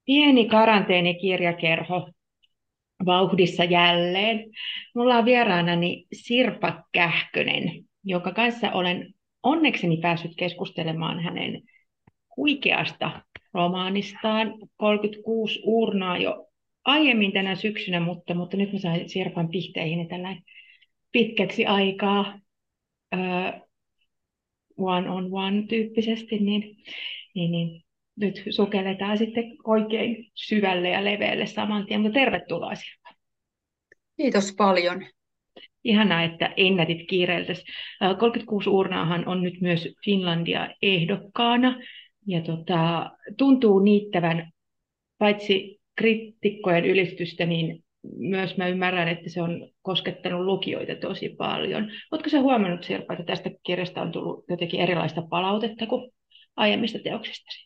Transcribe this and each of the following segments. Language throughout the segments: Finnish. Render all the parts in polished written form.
Pieni karanteenikirjakerho vauhdissa jälleen. Mulla on vieraanani Sirpa Kähkönen, jonka kanssa olen onnekseni päässyt keskustelemaan hänen huikeasta romaanistaan 36 uurnaa jo aiemmin tänä syksynä, mutta nyt mä sain Sirpan pihteihin tällainen pitkäksi aikaa one on one tyyppisesti, niin nyt sukelletaan sitten oikein syvälle ja leveälle saman tien, mutta tervetuloa Sirpa. Kiitos paljon. Ihanaa, että ennätit kiireiltäsi. 36 uurnaahan on nyt myös Finlandia ehdokkaana ja tuntuu niittävän paitsi kriitikkojen ylistystä, niin myös mä ymmärrän, että se on koskettanut lukijoita tosi paljon. Oletko sä huomannut, Sirpa, että tästä kirjasta on tullut jotenkin erilaista palautetta kuin aiemmista teoksistasi?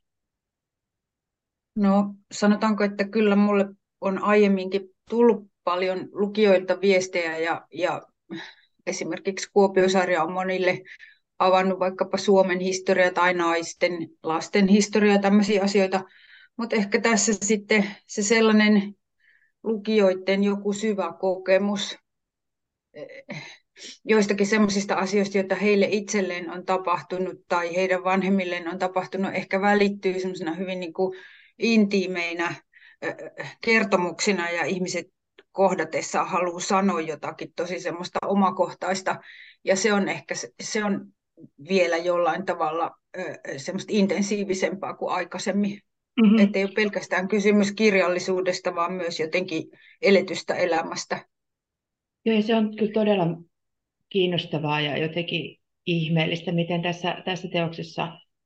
No, sanotaanko, että kyllä mulle on aiemminkin tullut paljon lukijoilta viestejä ja esimerkiksi Kuopiosarja on monille avannut vaikkapa Suomen historia tai naisten, lasten historia, tämmöisiä asioita. Mutta ehkä tässä sitten se sellainen lukijoiden joku syvä kokemus joistakin semmoisista asioista, joita heille itselleen on tapahtunut tai heidän vanhemmilleen on tapahtunut, ehkä välittyy semmoisena hyvin niin kuin intiimeinä kertomuksina ja ihmiset kohdatessaan haluaa sanoa jotakin tosi semmoista omakohtaista ja se on ehkä se on vielä jollain tavalla semmoista intensiivisempaa kuin aikaisemmin. Mm-hmm. Että ei ole pelkästään kysymys kirjallisuudesta, vaan myös jotenkin eletystä elämästä. Joo, ja se on kyllä todella kiinnostavaa ja jotenkin ihmeellistä, miten tässä teoksessa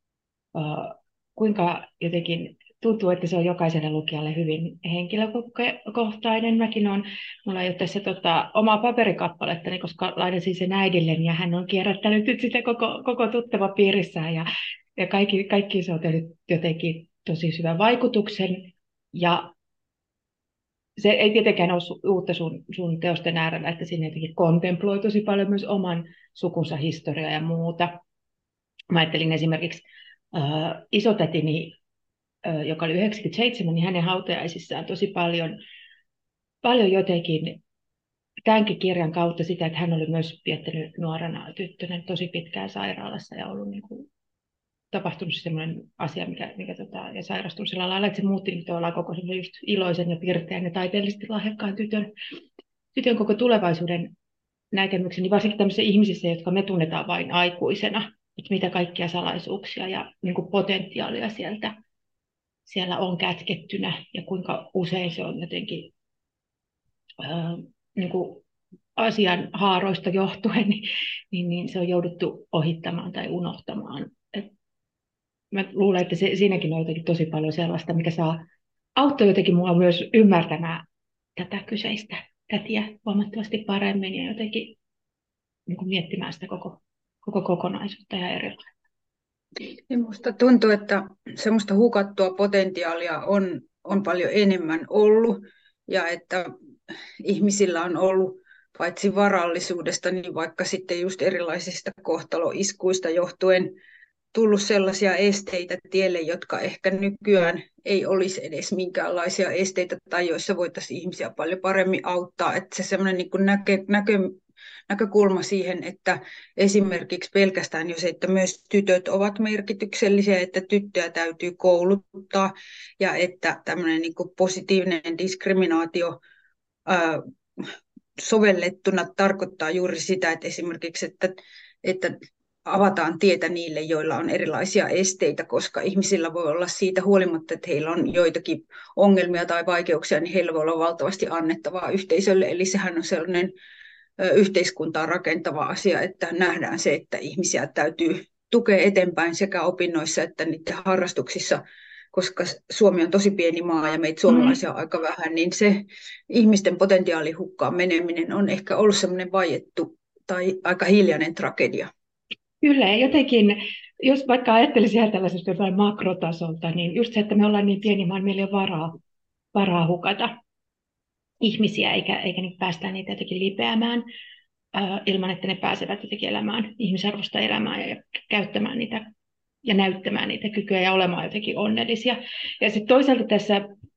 kuinka jotenkin tuntuu, että se on jokaiselle lukijalle hyvin henkilökohtainen. Mulla ei ole tässä omaa paperikappalettani, koska lainasin sen äidilleni ja hän on kierrättänyt nyt sitä koko tuttava piirissään ja kaikki se on tehnyt jotenkin tosi syvän vaikutuksen. Ja se ei tietenkään ole uutta sun teosten äärellä, että siinä jotenkin kontemploi tosi paljon myös oman sukunsa historiaa ja muuta. Mä ajattelin esimerkiksi isotätini, joka oli 97, niin hänen hautajaisissaan tosi paljon jotenkin tämänkin kirjan kautta sitä, että hän oli myös viettänyt nuorena tyttönä tosi pitkään sairaalassa ja ollut niin kuin, tapahtunut sellainen asia, ja sairastunut sillä lailla, että se muutti niin tavallaan koko just iloisen ja pirteän ja taiteellisesti lahjakkaan tytön koko tulevaisuuden näkemyksen, niin varsinkin tämmöisissä ihmisissä, jotka me tunnetaan vain aikuisena, että mitä kaikkia salaisuuksia ja niin kuin potentiaalia siellä on kätkettynä ja kuinka usein se on jotenkin niin kuin asian haaroista johtuen, niin se on jouduttu ohittamaan tai unohtamaan. Mä luulen, että siinäkin on jotenkin tosi paljon sellaista, mikä auttoi jotenkin mua myös ymmärtämään tätä kyseistä tätiä huomattavasti paremmin ja jotenkin niin kuin miettimään sitä koko kokonaisuutta ja erilaista. Minusta tuntuu, että semmoista hukattua potentiaalia on paljon enemmän ollut ja että ihmisillä on ollut paitsi varallisuudesta, niin vaikka sitten just erilaisista kohtaloiskuista johtuen tullut sellaisia esteitä tielle, jotka ehkä nykyään ei olisi edes minkäänlaisia esteitä tai joissa voitaisiin ihmisiä paljon paremmin auttaa. Että se semmoinen niin kuin näkökulma siihen, että esimerkiksi pelkästään jo se, että myös tytöt ovat merkityksellisiä, että tyttöjä täytyy kouluttaa ja että tämmöinen niin kuin positiivinen diskriminaatio sovellettuna tarkoittaa juuri sitä, että esimerkiksi, että avataan tietä niille, joilla on erilaisia esteitä, koska ihmisillä voi olla siitä huolimatta, että heillä on joitakin ongelmia tai vaikeuksia, niin heillä voi olla valtavasti annettavaa yhteisölle. Eli sehän on sellainen yhteiskuntaa rakentava asia, että nähdään se, että ihmisiä täytyy tukea eteenpäin sekä opinnoissa että niiden harrastuksissa, koska Suomi on tosi pieni maa ja meitä suomalaisia on aika vähän, niin se ihmisten potentiaalin hukkaan meneminen on ehkä ollut semmoinen vaiettu tai aika hiljainen tragedia. Kyllä, ja jotenkin, jos vaikka ajattelisi ihan tällaisesta jotain makrotasolta, niin just se, että me ollaan niin pieni maa, niin meillä ei ole varaa hukata ihmisiä, eikä niin päästä niitä jotenkin lipeämään ilman, että ne pääsevät jotenkin elämään ihmisarvoista elämää ja käyttämään niitä ja näyttämään niitä kykyjä ja olemaan jotenkin onnellisia. Ja sitten toisaalta tässä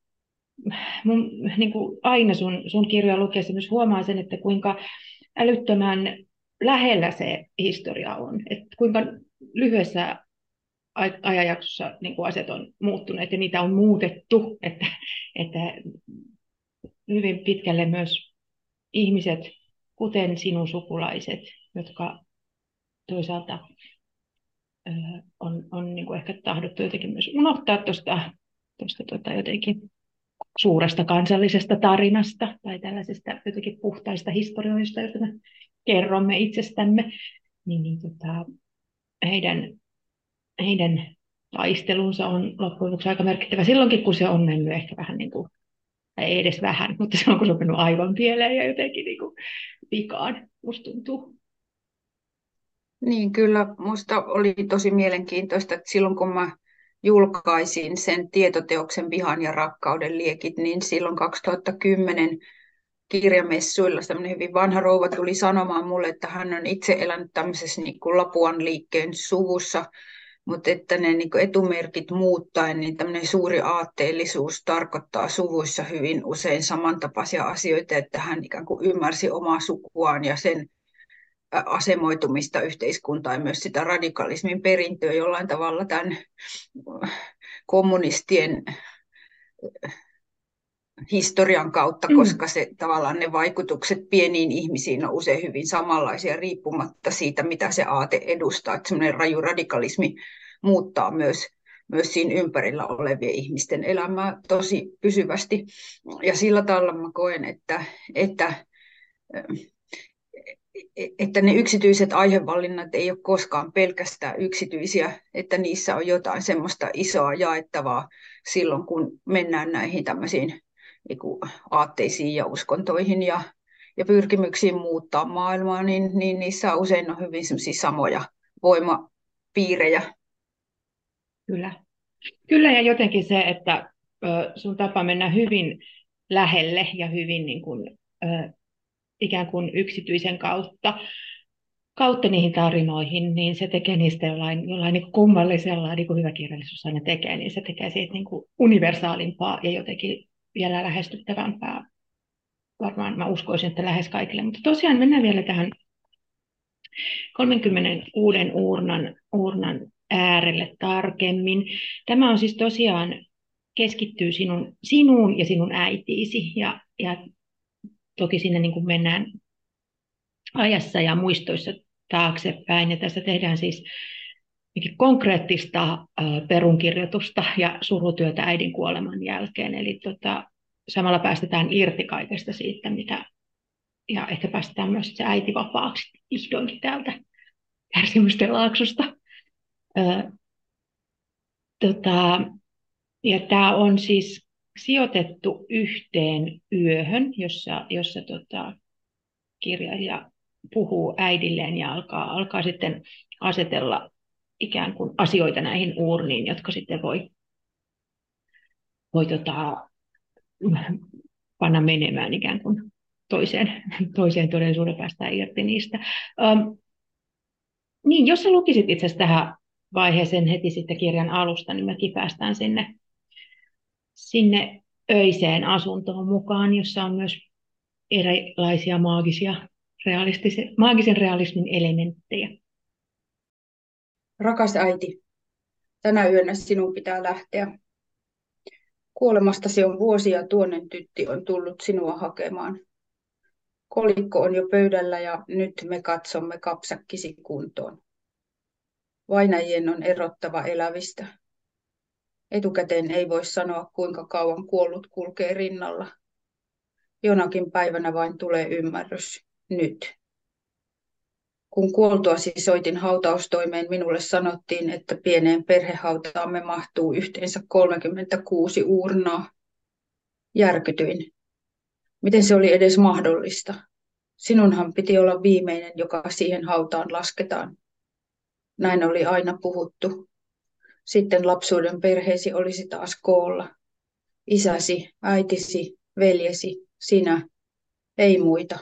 niin kuin aina sun kirjoja lukiessa myös huomaa sen, että kuinka älyttömän lähellä se historia on. Että kuinka lyhyessä ajanjaksossa niin kuin asiat on muuttuneet ja niitä on muutettu. Että hyvin pitkälle myös ihmiset, kuten sinun sukulaiset, jotka toisaalta on niin kuin ehkä tahdottu jotenkin myös unohtaa tuosta jotenkin suuresta kansallisesta tarinasta tai tällaisista jotenkin puhtaista historioista, joita me kerromme itsestämme, heidän, heidän taistelunsa on loppujen lopuksi aika merkittävä silloinkin, kun se on mennyt ehkä vähän niin kuin, tai ei edes vähän, mutta silloin kun se on mennyt aivan pieleen ja jotenkin niin kuin vikaan, musta tuntuu. Niin kyllä, minusta oli tosi mielenkiintoista, että silloin kun mä julkaisin sen tietoteoksen Vihan ja rakkauden liekit, niin silloin 2010 kirjamessuilla semmoinen hyvin vanha rouva tuli sanomaan mulle, että hän on itse elänyt tämmöisessä niin kuin Lapuan liikkeen suvussa, mutta että ne niin kuin etumerkit muuttaen, niin tämmöinen suuri aatteellisuus tarkoittaa suvuissa hyvin usein samantapaisia asioita, että hän ikään kuin ymmärsi omaa sukuaan ja sen asemoitumista yhteiskuntaan ja myös sitä radikalismin perintöä jollain tavalla tämän kommunistien historian kautta, koska se, tavallaan ne vaikutukset pieniin ihmisiin on usein hyvin samanlaisia riippumatta siitä, mitä se aate edustaa. Että semmoinen raju radikalismi muuttaa myös siinä ympärillä olevien ihmisten elämää tosi pysyvästi. Ja sillä tavalla mä koen, että ne yksityiset aihevalinnat ei ole koskaan pelkästään yksityisiä, että niissä on jotain semmoista isoa jaettavaa silloin, kun mennään näihin tämmöisiin niin kuin aatteisiin ja uskontoihin ja pyrkimyksiin muuttaa maailmaa, niin niissä usein on hyvin semmoisia samoja voimapiirejä. Kyllä. Kyllä, ja jotenkin se, että sun tapa mennä hyvin lähelle ja hyvin niin kuin, ikään kuin yksityisen kautta niihin tarinoihin, niin se tekee niistä jollain niin kuin kummallisella, niin kuin hyvä kirjallisuus aina tekee, niin se tekee siitä niin kuin universaalimpaa ja jotenkin vielä lähestyttävämpää. Varmaan mä uskoisin, että lähes kaikille. Mutta tosiaan mennään vielä tähän 36 uurnan äärelle tarkemmin. Tämä on siis tosiaan keskittyy sinuun ja sinun äitiisi, ja toki sinne niin kuin mennään ajassa ja muistoissa taaksepäin, ja tässä tehdään siis konkreettista perunkirjoitusta ja surutyötä äidin kuoleman jälkeen, eli samalla päästetään irti kaikesta siitä, ja ehkä päästetään myös se äiti vapaaksi vihdoinkin täältä kärsimysten laaksosta. Ja tämä on siis sijoitettu yhteen yöhön, jossa kirjailija puhuu äidilleen ja alkaa sitten asetella ikään kuin asioita näihin uurniin, jotka sitten voi panna menemään ikään kuin toiseen todellisuuden, päästään irti niistä. Niin, jos sä lukisit itse asiassa tähän vaiheeseen heti sitten kirjan alusta, niin mekin päästään sinne öiseen asuntoon mukaan, jossa on myös erilaisia maagisen realismin elementtejä. Rakas äiti, tänä yönä sinun pitää lähteä. Kuolemastasi on vuosia ja tuonnen tytti on tullut sinua hakemaan. Kolikko on jo pöydällä ja nyt me katsomme kapsakkisi kuntoon. Vainajien on erottava elävistä. Etukäteen ei voi sanoa, kuinka kauan kuollut kulkee rinnalla. Jonakin päivänä vain tulee ymmärrys. Nyt. Kun kuoltuasi soitin hautaustoimeen, minulle sanottiin, että pieneen perhehautaamme mahtuu yhteensä 36 uurnaa. Järkytyin. Miten se oli edes mahdollista? Sinunhan piti olla viimeinen, joka siihen hautaan lasketaan. Näin oli aina puhuttu. Sitten lapsuuden perheesi olisi taas koolla. Isäsi, äitisi, veljesi, sinä, ei muita.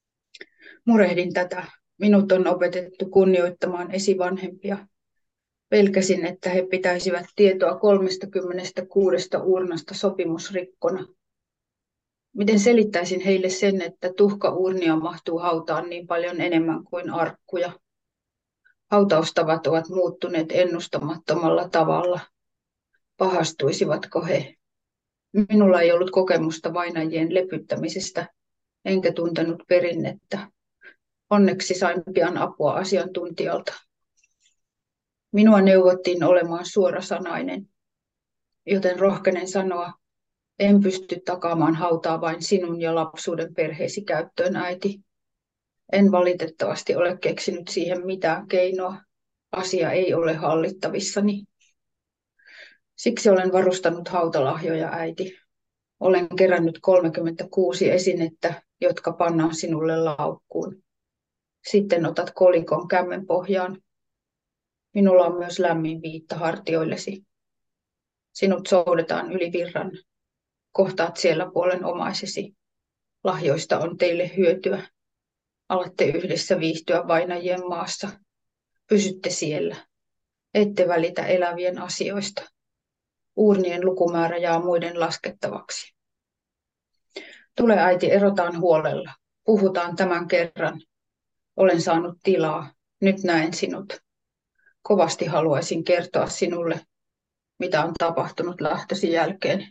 Murehdin tätä. Minut on opetettu kunnioittamaan esivanhempia. Pelkäsin, että he pitäisivät tietoa 36 uurnasta sopimusrikkona. Miten selittäisin heille sen, että tuhkauurnia mahtuu hautaan niin paljon enemmän kuin arkkuja? Hautaustavat ovat muuttuneet ennustamattomalla tavalla. Pahastuisivatko he? Minulla ei ollut kokemusta vainajien lepyttämisestä, enkä tuntenut perinnettä. Onneksi sain pian apua asiantuntijalta. Minua neuvottiin olemaan suorasanainen, joten rohkenen sanoa, en pysty takaamaan hautaa vain sinun ja lapsuuden perheesi käyttöön, äiti. En valitettavasti ole keksinyt siihen mitään keinoa. Asia ei ole hallittavissani. Siksi olen varustanut hautalahjoja, äiti. Olen kerännyt 36 esinettä, jotka pannaan sinulle laukkuun. Sitten otat kolikon kämmen pohjaan. Minulla on myös lämmin viitta hartioillesi. Sinut soudetaan yli virran. Kohtaat siellä puolen omaisesi. Lahjoista on teille hyötyä. Alatte yhdessä viihtyä vainajien maassa. Pysytte siellä. Ette välitä elävien asioista. Uurnien lukumäärä jää muiden laskettavaksi. Tule äiti, erotaan huolella. Puhutaan tämän kerran. Olen saanut tilaa. Nyt näen sinut. Kovasti haluaisin kertoa sinulle, mitä on tapahtunut lähtösi jälkeen.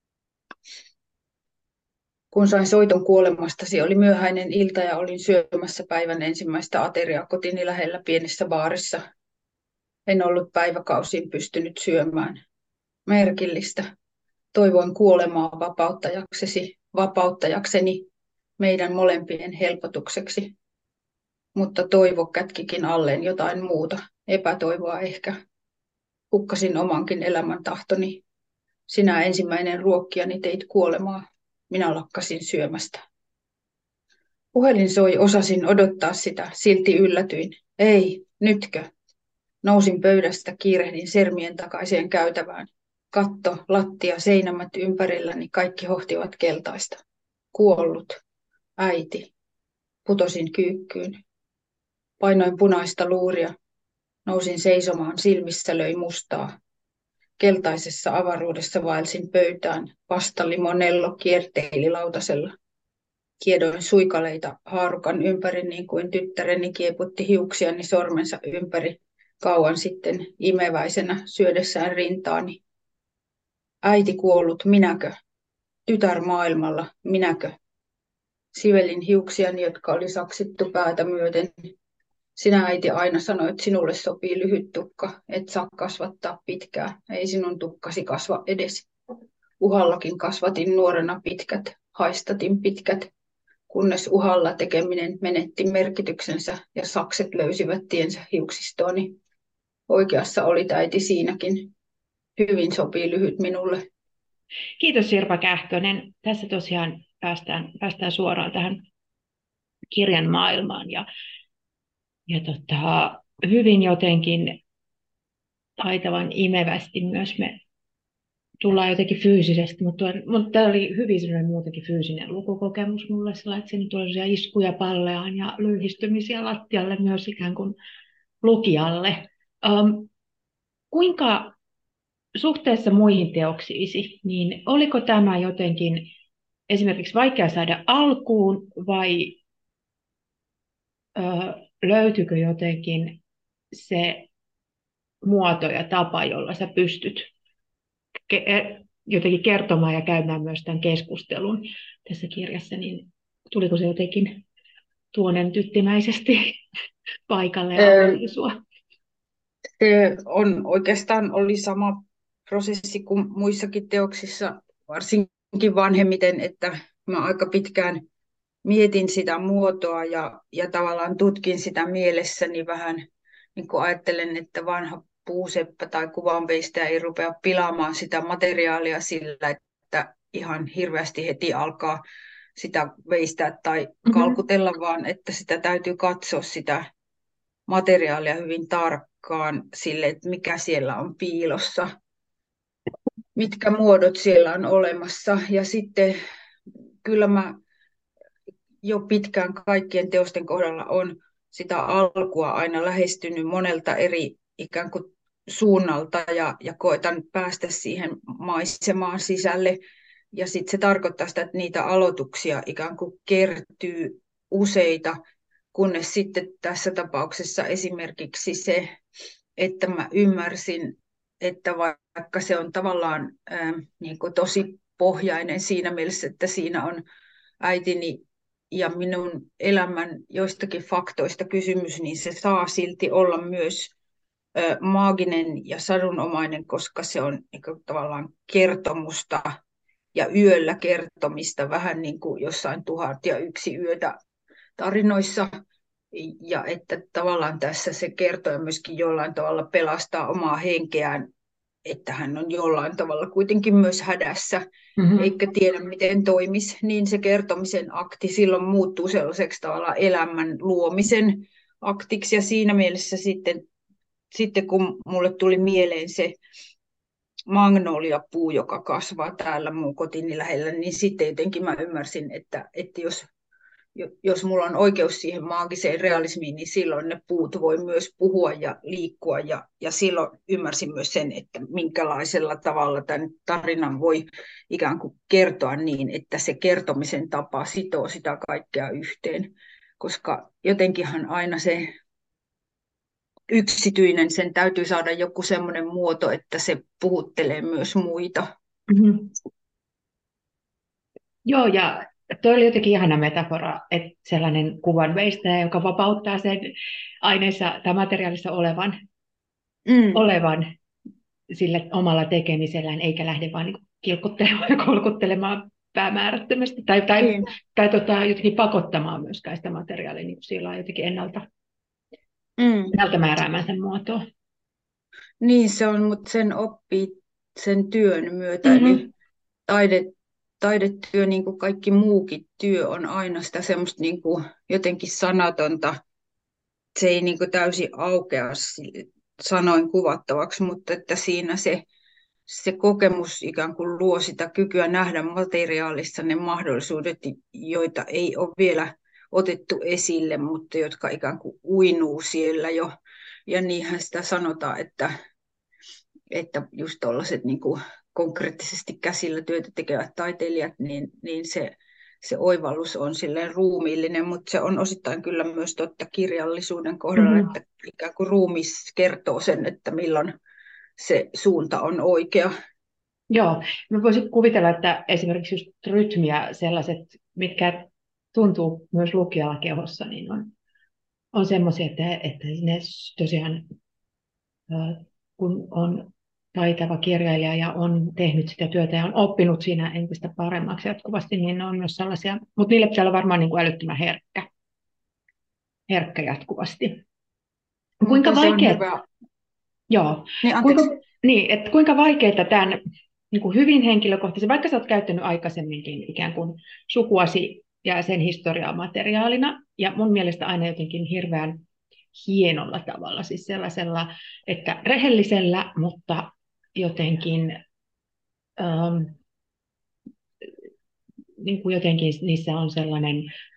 Kun sain soiton kuolemastasi, oli myöhäinen ilta ja olin syömässä päivän ensimmäistä ateriaa kotini lähellä pienessä baarissa. En ollut päiväkausiin pystynyt syömään. Merkillistä. Toivoin kuolemaa vapauttajakseni, meidän molempien helpotukseksi. Mutta toivo kätkikin alleen jotain muuta, epätoivoa ehkä. Hukkasin omankin elämäntahtoni. Sinä ensimmäinen ruokkijani teit kuolemaa. Minä lakkasin syömästä. Puhelin soi, osasin odottaa sitä, silti yllätyin. Ei, nytkö? Nousin pöydästä, kiirehdin sermien takaiseen käytävään. Katto, lattia, seinämät ympärilläni, kaikki hohtivat keltaista. Kuollut. Äiti. Putosin kyykkyyn. Painoin punaista luuria. Nousin seisomaan, silmissä löi mustaa. Keltaisessa avaruudessa vaelsin pöytään. Pasta limonello kierteili lautasella. Kiedoin suikaleita haarukan ympäri niin kuin tyttäreni kieputti hiuksiani sormensa ympäri kauan sitten imeväisenä syödessään rintaani. Äiti kuollut, minäkö? Tytär maailmalla, minäkö? Sivelin hiuksiani, jotka oli saksittu päätä myöten. Sinä äiti aina sanoit, sinulle sopii lyhyt tukka, et saa kasvattaa pitkää, ei sinun tukkasi kasva edes. Uhallakin kasvatin nuorena pitkät, haistatin pitkät, kunnes uhalla tekeminen menetti merkityksensä ja sakset löysivät tiensä hiuksistooni. Oikeassa olit äiti siinäkin. Hyvin sopii lyhyt minulle. Kiitos Sirpa Kähkönen. Tässä tosiaan päästään suoraan tähän kirjan maailmaan ja hyvin jotenkin taitavan imevästi myös me tullaan jotenkin fyysisesti, mutta tämä oli hyvin sellainen muutenkin fyysinen lukukokemus mulle, sillä että siinä tuli iskuja palleaan ja lyyhistymisiä lattialle myös ikään kuin lukijalle. Kuinka suhteessa muihin teoksiisi, niin oliko tämä jotenkin esimerkiksi vaikea saada alkuun vai löytyykö jotenkin se muoto ja tapa, jolla sä pystyt jotenkin kertomaan ja käymään myös tämän keskustelun tässä kirjassa, niin tuliko se jotenkin tuonen tyttimäisesti paikalle ja sua? Se oikeastaan oli sama prosessi kuin muissakin teoksissa, varsinkin vanhemmiten, että mä aika pitkään mietin sitä muotoa ja tavallaan tutkin sitä mielessäni vähän, niin kuin ajattelen, että vanha puuseppä tai kuvanveistäjä ei rupea pilaamaan sitä materiaalia sillä, että ihan hirveästi heti alkaa sitä veistää tai kalkutella, vaan että sitä täytyy katsoa sitä materiaalia hyvin tarkkaan sille, että mikä siellä on piilossa, mitkä muodot siellä on olemassa. Ja sitten kyllä mä jo pitkään kaikkien teosten kohdalla on sitä alkua aina lähestynyt monelta eri ikään kuin suunnalta ja koitan päästä siihen maisemaan sisälle. Ja sitten se tarkoittaa sitä, että niitä aloituksia ikään kuin kertyy useita, kunnes sitten tässä tapauksessa esimerkiksi se, että mä ymmärsin, että vaikka se on tavallaan niin kuin tosi pohjainen siinä mielessä, että siinä on äitini ja minun elämän joistakin faktoista kysymys, niin se saa silti olla myös maaginen ja sadunomainen, koska se on niin kuin tavallaan kertomusta ja yöllä kertomista, vähän niin kuin jossain 1001 yötä tarinoissa. Ja että tavallaan tässä se kertoja myöskin jollain tavalla pelastaa omaa henkeään, että hän on jollain tavalla kuitenkin myös hädässä, Mm-hmm. eikä tiedä miten toimisi, niin se kertomisen akti silloin muuttuu sellaiseksi tavalla elämän luomisen aktiksi. Ja siinä mielessä sitten kun mulle tuli mieleen se magnoliapuu, joka kasvaa täällä mun kotini lähellä, niin sitten jotenkin mä ymmärsin, että jos mulla on oikeus siihen maagiseen realismiin, niin silloin ne puut voi myös puhua ja liikkua. Ja silloin ymmärsin myös sen, että minkälaisella tavalla tämän tarinan voi ikään kuin kertoa niin, että se kertomisen tapa sitoo sitä kaikkea yhteen. Koska jotenkinhan aina se yksityinen, sen täytyy saada joku semmoinen muoto, että se puhuttelee myös muita. Mm-hmm. Joo, ja toi oli jotenkin ihana metafora, että sellainen kuvanveistäjä, joka vapauttaa sen aineessa tai materiaalissa Mm, olevan sillä omalla tekemisellään, eikä lähde vaan niin kilkuttelemaan ja kolkuttelemaan päämäärättömästi, niin. jotenkin pakottamaan myöskään sitä materiaalia niin sillä jotenkin Mm. ennalta määräämänsä muotoa. Niin se on, mutta sen oppii sen työn myötä, eli Mm-hmm. taide, taidetyö, niin kuin kaikki muukin työ, on aina sitä semmoista niin kuin jotenkin sanatonta. Se ei niin kuin täysin aukea sanoin kuvattavaksi, mutta että siinä se kokemus ikään kuin luo sitä kykyä nähdä materiaalissa ne mahdollisuudet, joita ei ole vielä otettu esille, mutta jotka ikään kuin uinuu siellä jo. Ja niinhän sitä sanotaan, että just tuollaiset niin kuin konkreettisesti käsillä työtä tekevät taiteilijat, niin se oivallus on silleen ruumiillinen, mutta se on osittain kyllä myös totta kirjallisuuden kohdalla, Mm-hmm. että ikään kuin ruumis kertoo sen, että milloin se suunta on oikea. Joo, mä voisin kuvitella, että esimerkiksi just rytmiä sellaiset, mitkä tuntuu myös lukijalla kehossa, niin on semmoisia, että ne tosiaan, kun on taitava kirjailija ja on tehnyt sitä työtä ja on oppinut siinä entistä paremmaksi jatkuvasti, niin ne on myös sellaisia, mutta niille pitää olla varmaan niin kuin älyttömän herkkä jatkuvasti. Kuinka Mutta se on vaikea, hyvä. joo, Niin, kuinka, anteeksi. niin, että kuinka vaikeaa tämän niin kuin hyvin henkilökohtaisen, vaikka sä oot käyttänyt aikaisemminkin ikään kuin sukuasi ja sen historiaa materiaalina, ja mun mielestä aina jotenkin hirveän hienolla tavalla, siis sellaisella, että rehellisellä, mutta jotenkin, niin kuin jotenkin niissä on sellainen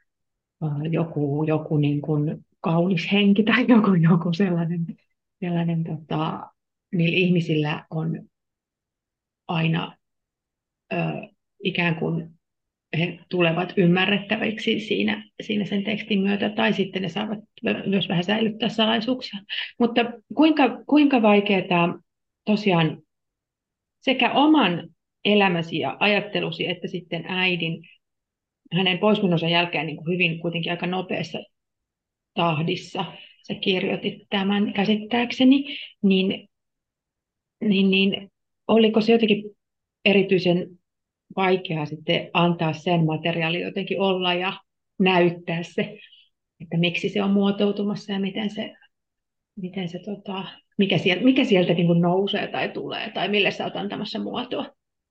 joku niin kuin kaunis henki tai joku sellainen niillä ihmisillä on aina ö, ikään kuin he tulevat ymmärrettäviksi siinä sen tekstin myötä, tai sitten ne saavat myös vähän säilyttää salaisuuksia. Mutta kuinka vaikeaa tosiaan sekä oman elämäsi ja ajattelusi, että sitten äidin, hänen poismenonsa jälkeen niin kuin hyvin kuitenkin aika nopeassa tahdissa, sä kirjoitit tämän käsittääkseni, niin, niin oliko se jotenkin erityisen vaikeaa sitten antaa sen materiaalin jotenkin olla ja näyttää se, että miksi se on muotoutumassa ja miten se mikä sieltä niin kuin nousee tai tulee tai mille sä oot antamassa muotoa.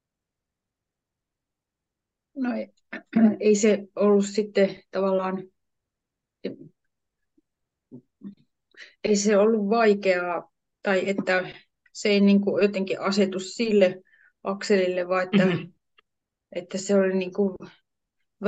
No ei se ollut sitten tavallaan, ei se ollut vaikeaa, tai että se ei niin kuin jotenkin asetu sille akselille, vaan Mm-hmm. että se oli niin kuin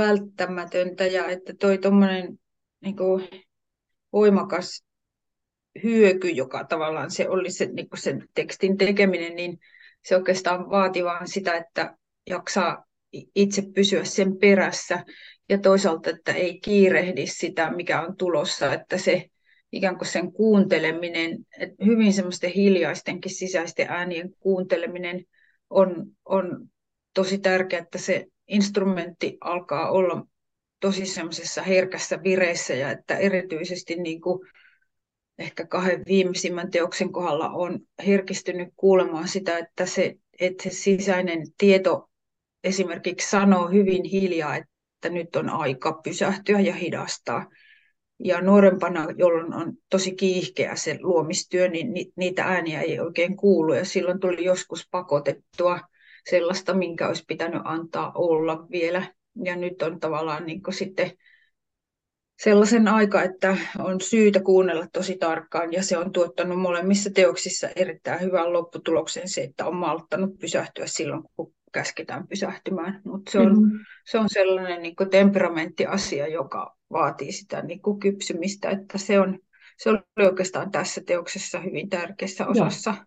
välttämätöntä ja että toi tuommoinen niin kuin voimakas hyöky, joka tavallaan se oli se, niin kuin sen tekstin tekeminen, niin se oikeastaan vaati vaan sitä, että jaksaa itse pysyä sen perässä ja toisaalta, että ei kiirehdi sitä, mikä on tulossa, että se ikään kuin sen kuunteleminen, että hyvin semmoisten hiljaistenkin sisäisten äänien kuunteleminen on tosi tärkeää, että se instrumentti alkaa olla tosi semmoisessa herkässä vireessä ja että erityisesti niin kuin ehkä kahden viimeisimmän teoksen kohdalla on herkistynyt kuulemaan sitä, että se sisäinen tieto esimerkiksi sanoo hyvin hiljaa, että nyt on aika pysähtyä ja hidastaa. Ja nuorempana, jolloin on tosi kiihkeä se luomistyö, niin niitä ääniä ei oikein kuulu. Ja silloin tuli joskus pakotettua sellaista, minkä olisi pitänyt antaa olla vielä. Ja nyt on tavallaan niin kuin sitten sellaisen aika, että on syytä kuunnella tosi tarkkaan. Ja se on tuottanut molemmissa teoksissa erittäin hyvän lopputuloksen se, että on malttanut pysähtyä silloin, kun käsketään pysähtymään. Mutta Mm-hmm. se on sellainen niin kuin temperamenttiasia, joka vaatii sitä niin kuin kypsymistä, että se oli oikeastaan tässä teoksessa hyvin tärkeässä Joo, osassa.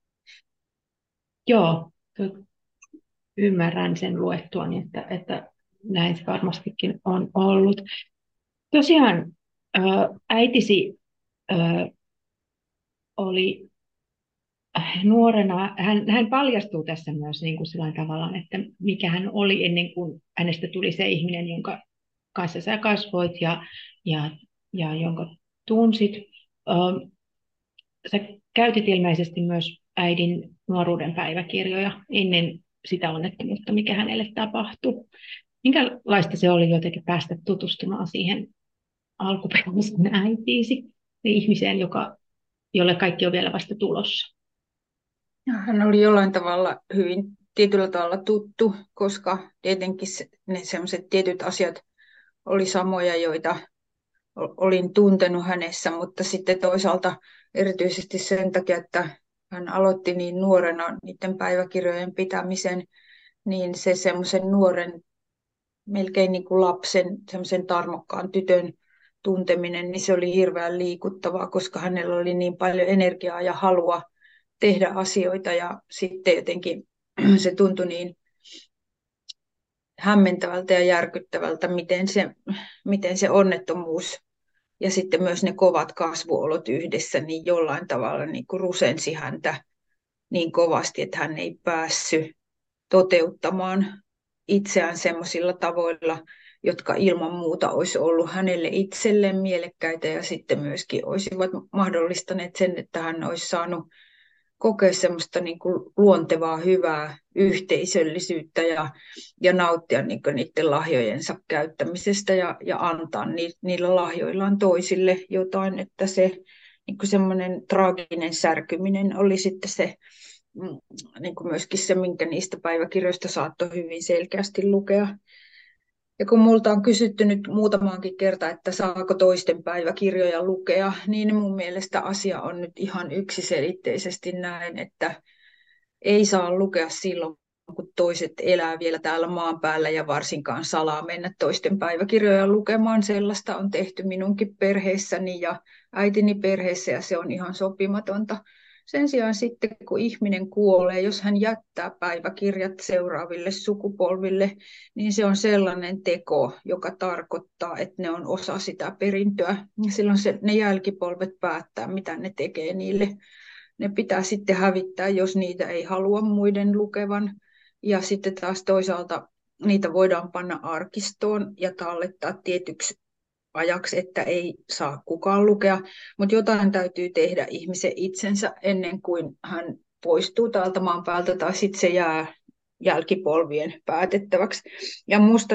joo. Ymmärrän sen luettuani, että näin se varmastikin on ollut. Tosiaan äitisi oli nuorena, hän paljastuu tässä myös niin kuin sillä tavalla, että mikä hän oli ennen kuin hänestä tuli se ihminen, jonka kanssa sä kasvoit ja, ja jonka tunsit. Sä käytit ilmeisesti myös äidin nuoruuden päiväkirjoja ennen sitä onnettomuutta, mikä hänelle tapahtui. Minkälaista se oli jotenkin päästä tutustumaan siihen alkuperäisen äitiisi, ihmiseen, jolle kaikki on vielä vasta tulossa? Ja hän oli jollain tavalla hyvin tietyllä tavalla tuttu, koska tietenkin ne sellaiset tietyt asiat oli samoja, joita olin tuntenut hänessä, mutta sitten toisaalta erityisesti sen takia, että hän aloitti niin nuorena niiden päiväkirjojen pitämisen, niin se semmoisen nuoren, melkein niin kuin lapsen, semmoisen tarmokkaan tytön tunteminen, niin se oli hirveän liikuttavaa, koska hänellä oli niin paljon energiaa ja halua tehdä asioita ja sitten jotenkin se tuntui niin hämmentävältä ja järkyttävältä, miten se onnettomuus ja sitten myös ne kovat kasvuolot yhdessä niin jollain tavalla niin kuin rusensi häntä niin kovasti, että hän ei päässyt toteuttamaan itseään semmoisilla tavoilla, jotka ilman muuta olisi ollut hänelle itselleen mielekkäitä ja sitten myöskin olisivat mahdollistaneet sen, että hän olisi saanut kokea semmoista niin kuin luontevaa, hyvää yhteisöllisyyttä ja nauttia niin kuin niiden lahjojensa käyttämisestä ja antaa niillä lahjoillaan toisille jotain, että se niin kuin semmoinen traaginen särkyminen oli sitten se, niin kuin myöskin se, minkä niistä päiväkirjoista saattoi hyvin selkeästi lukea. Ja kun multa on kysytty nyt muutamaankin kerta, että saako toisten päiväkirjoja lukea, niin mun mielestä asia on nyt ihan yksiselitteisesti näin, että ei saa lukea silloin, kun toiset elää vielä täällä maan päällä ja varsinkaan salaa mennä toisten päiväkirjoja lukemaan. Sellaista on tehty minunkin perheessäni ja äitini perheessä ja se on ihan sopimatonta. Sen sijaan sitten, kun ihminen kuolee, jos hän jättää päiväkirjat seuraaville sukupolville, niin se on sellainen teko, joka tarkoittaa, että ne on osa sitä perintöä. Ja silloin ne jälkipolvet päättää, mitä ne tekee niille. Ne pitää sitten hävittää, jos niitä ei halua muiden lukevan. Ja sitten taas toisaalta niitä voidaan panna arkistoon ja tallettaa tietyksi ajaksi, että ei saa kukaan lukea, mutta jotain täytyy tehdä ihmisen itsensä ennen kuin hän poistuu täältä maan päältä tai sitten se jää jälkipolvien päätettäväksi. Ja minusta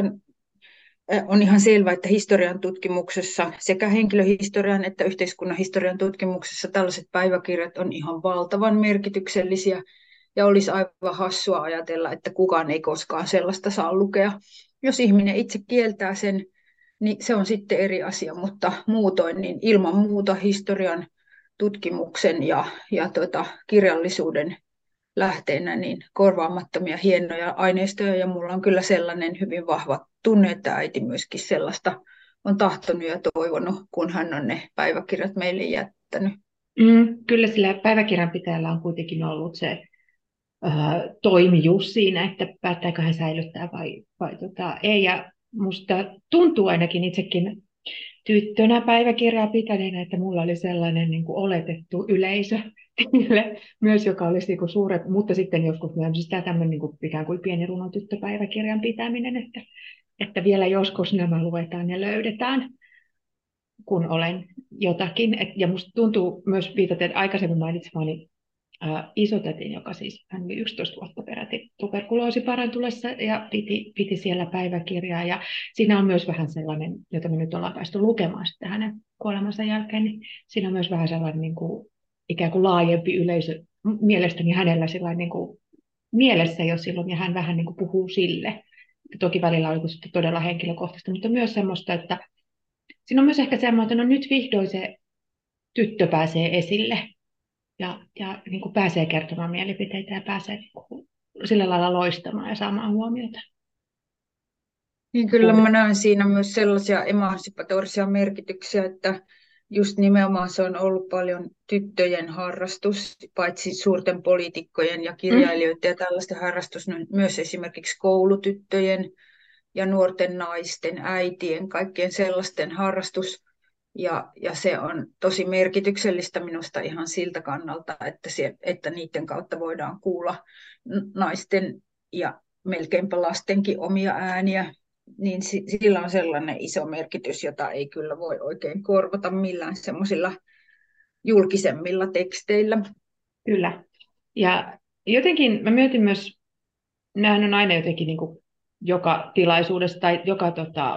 on ihan selvää, että historian tutkimuksessa, sekä henkilöhistorian että yhteiskunnan historian tutkimuksessa tällaiset päiväkirjat on ihan valtavan merkityksellisiä ja olisi aivan hassua ajatella, että kukaan ei koskaan sellaista saa lukea. Jos ihminen itse kieltää sen, niin se on sitten eri asia, mutta muutoin niin ilman muuta historian tutkimuksen ja kirjallisuuden lähteenä niin korvaamattomia hienoja aineistoja ja mulla on kyllä sellainen hyvin vahva tunne, että äiti myöskin sellaista on tahtonut ja toivonut, kun hän on ne päiväkirjat meille jättänyt. Kyllä sillä päiväkirjanpitäjällä on kuitenkin ollut se toimijuus siinä, että päättääkö hän säilyttää vai ei. Ja musta tuntuu ainakin itsekin tyttönä päiväkirjaa pitäneenä, että mulla oli sellainen niin kuin oletettu yleisö tilille myös, joka olisi niin kuin suuret, mutta sitten joskus myös sitä tämmöinen niin kuin ikään kuin pieni runotyttöpäiväkirjan pitäminen, että vielä joskus nämä luetaan ja löydetään, kun olen jotakin. Ja musta tuntuu myös viitaten aikaisemmin mainitsemani isotätin, joka siis hän oli 11 vuotta peräti tuberkuloosiparantulessa ja piti siellä päiväkirjaa. Ja siinä on myös vähän sellainen, jota me nyt ollaan päästy lukemaan sitten hänen kuolemansa jälkeen, niin siinä on myös vähän sellainen niin kuin, ikään kuin laajempi yleisö mielestäni hänellä sellainen niin kuin, mielessä jo silloin, ja hän vähän niin kuin puhuu sille. Toki välillä oli sitten todella henkilökohtaista, mutta myös semmoista, että siinä on myös ehkä semmoinen, että no nyt vihdoin se tyttö pääsee esille ja niin kuin pääsee kertomaan mielipiteitä ja pääsee niin kuin sillä lailla loistamaan ja saamaan huomiota. Niin kyllä mä näen siinä myös sellaisia emansipatorisia merkityksiä, että just nimenomaan se on ollut paljon tyttöjen harrastus, paitsi suurten poliitikkojen ja kirjailijoiden ja tällaisten harrastus, niin myös esimerkiksi koulutyttöjen ja nuorten naisten, äitien, kaikkien sellaisten harrastus. Ja se on tosi merkityksellistä minusta ihan siltä kannalta, että niiden kautta voidaan kuulla naisten ja melkeinpä lastenkin omia ääniä, niin sillä on sellainen iso merkitys, jota ei kyllä voi oikein korvata millään semmoisilla julkisemmilla teksteillä. Kyllä. Ja jotenkin mä mietin myös, nämähän on aina jotenkin niin kuin joka tilaisuudessa tai joka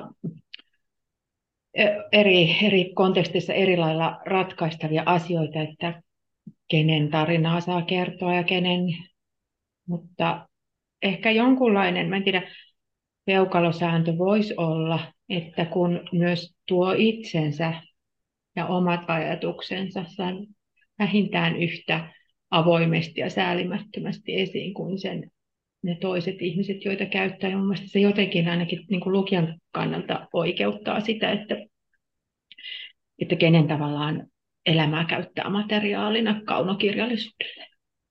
eri kontekstissa eri lailla ratkaistavia asioita, että kenen tarinaa saa kertoa ja kenen, mutta ehkä jonkunlainen, mä en tiedä, peukalosääntö voisi olla, että kun myös tuo itsensä ja omat ajatuksensa saa vähintään yhtä avoimesti ja säälimättömästi esiin kuin ne toiset ihmiset, joita käyttää. Ja mun mielestä se jotenkin ainakin niin kuin lukijan kannalta oikeuttaa sitä, että kenen tavallaan elämää käyttää materiaalina kaunokirjallisuudelle.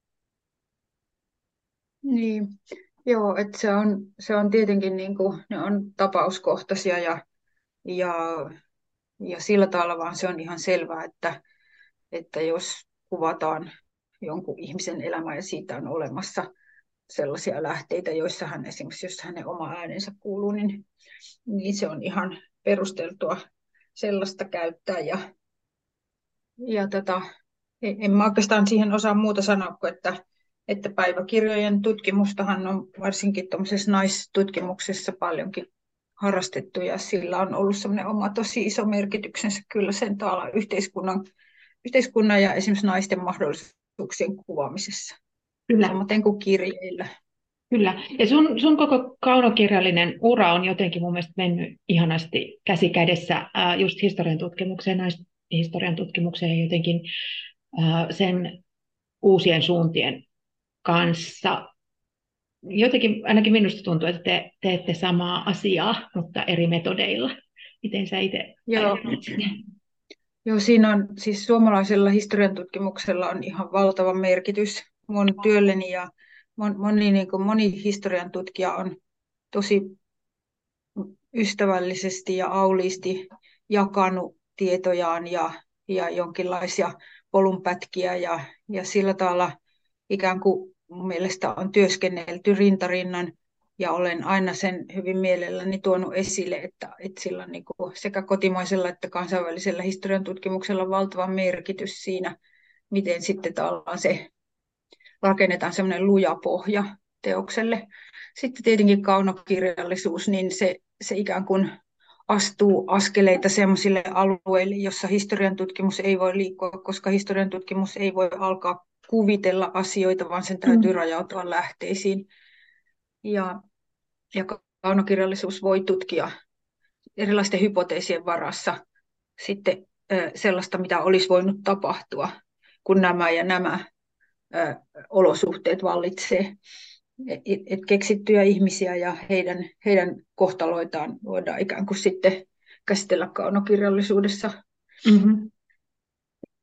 Niin, joo, että se on tietenkin niin kuin, ne on tapauskohtaisia ja, ja sillä tavalla vaan se on ihan selvää, että jos kuvataan jonkun ihmisen elämää ja siitä on olemassa sellaisia lähteitä, joissa hän esimerkiksi, jos hänen oma äänensä kuuluu, niin se on ihan perusteltua sellaista käyttää. En mä oikeastaan siihen osaa muuta sanoa kuin, että päiväkirjojen tutkimustahan on varsinkin tuollaisessa naistutkimuksessa paljonkin harrastettu ja sillä on ollut semmoinen oma tosi iso merkityksensä kyllä sen taala yhteiskunnan ja esimerkiksi naisten mahdollisuuksien kuvaamisessa, Kyllä. samaten kuin kirjeillä. Kyllä. Ja sun koko kaunokirjallinen ura on jotenkin mun mielestä mennyt ihanasti käsi kädessä just historian tutkimukseen, naishistorian tutkimukseen ja jotenkin sen uusien suuntien kanssa. Jotenkin ainakin minusta tuntuu, että te teette samaa asiaa, mutta eri metodeilla. Miten sä itse ajattelet sitä? Joo, siinä on siis suomalaisella historian tutkimuksella on ihan valtava merkitys mun työlleni ja moni historian tutkija on tosi ystävällisesti ja auliisti jakanut tietojaan ja jonkinlaisia polunpätkiä ja sillä tavalla ikään kuin mun mielestä on työskennelty rintarinnan ja olen aina sen hyvin mielelläni tuonut esille, että sillä on niin kuin sekä kotimaisella että kansainvälisellä historian tutkimuksella on valtava merkitys siinä, miten sitten rakennetaan semmoinen luja pohja teokselle. Sitten tietenkin kaunokirjallisuus, niin se ikään kuin astuu askeleita sellaisille alueille, jossa historian tutkimus ei voi liikkua, koska historian tutkimus ei voi alkaa kuvitella asioita, vaan sen täytyy rajautua lähteisiin. Ja kaunokirjallisuus voi tutkia erilaisten hypoteesien varassa sitten sellaista, mitä olisi voinut tapahtua, kun nämä ja nämä olosuhteet vallitsee. Et keksittyjä ihmisiä ja heidän kohtaloitaan voidaan ikään kuin sitten käsitellä kaunokirjallisuudessa. Mm-hmm.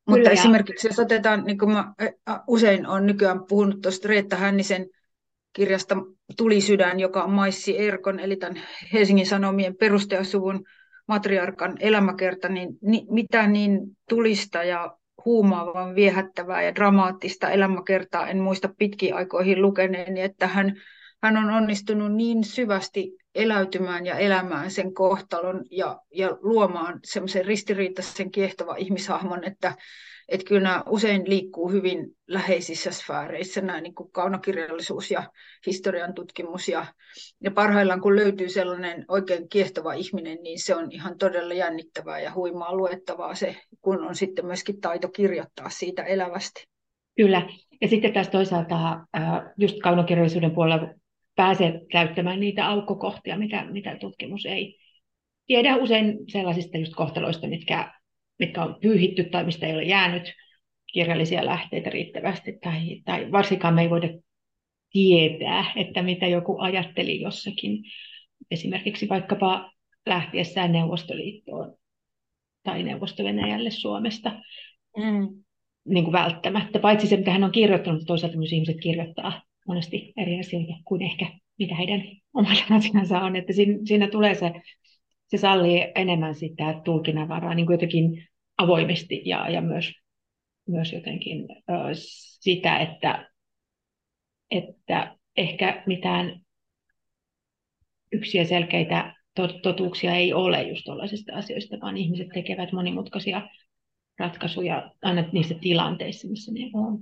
Kyllä, Mutta ja esimerkiksi jos otetaan, niin kuin mä usein olen nykyään puhunut tuosta Reetta Hännisen kirjasta Tulisydän, joka on Maissi Erkon, eli tämän Helsingin Sanomien perustajasuvun matriarkan elämäkerta, niin mitä niin tulista ja huumaavan viehättävää ja dramaattista elämäkertaa en muista pitkiin aikoihin lukeneeni, että hän on onnistunut niin syvästi eläytymään ja elämään sen kohtalon ja luomaan semmoisen ristiriitaisen kiehtovan ihmishahmon, että kyllä nämä usein liikkuu hyvin läheisissä sfääreissä, nämä niin kuin kaunokirjallisuus ja historian tutkimus. Ja parhaillaan kun löytyy sellainen oikein kiehtova ihminen, niin se on ihan todella jännittävää ja huimaa luettavaa se, kun on sitten myöskin taito kirjoittaa siitä elävästi. kyllä. Ja sitten taas toisaalta just kaunokirjallisuuden puolella pääsee käyttämään niitä aukkokohtia, mitä tutkimus ei tiedä usein sellaisista just kohtaloista, mitkä on pyyhitty tai mistä ei ole jäänyt kirjallisia lähteitä riittävästi, tai varsinkaan me ei voida tietää, että mitä joku ajatteli jossakin, esimerkiksi vaikkapa lähtiessään Neuvostoliittoon tai Neuvosto-Venäjälle Suomesta, Mm. niin kuin välttämättä, paitsi se, mitä hän on kirjoittanut, mutta toisaalta myös ihmiset kirjoittaa monesti eri asioita kuin ehkä mitä heidän omat asiansa on, että siinä tulee se sallii enemmän sitä tulkinnanvaraa niin kuin jotenkin avoimesti ja myös jotenkin sitä, että ehkä mitään yksiä selkeitä totuuksia ei ole just tuollaisista asioista, vaan ihmiset tekevät monimutkaisia ratkaisuja aina niissä tilanteissa, missä ne on.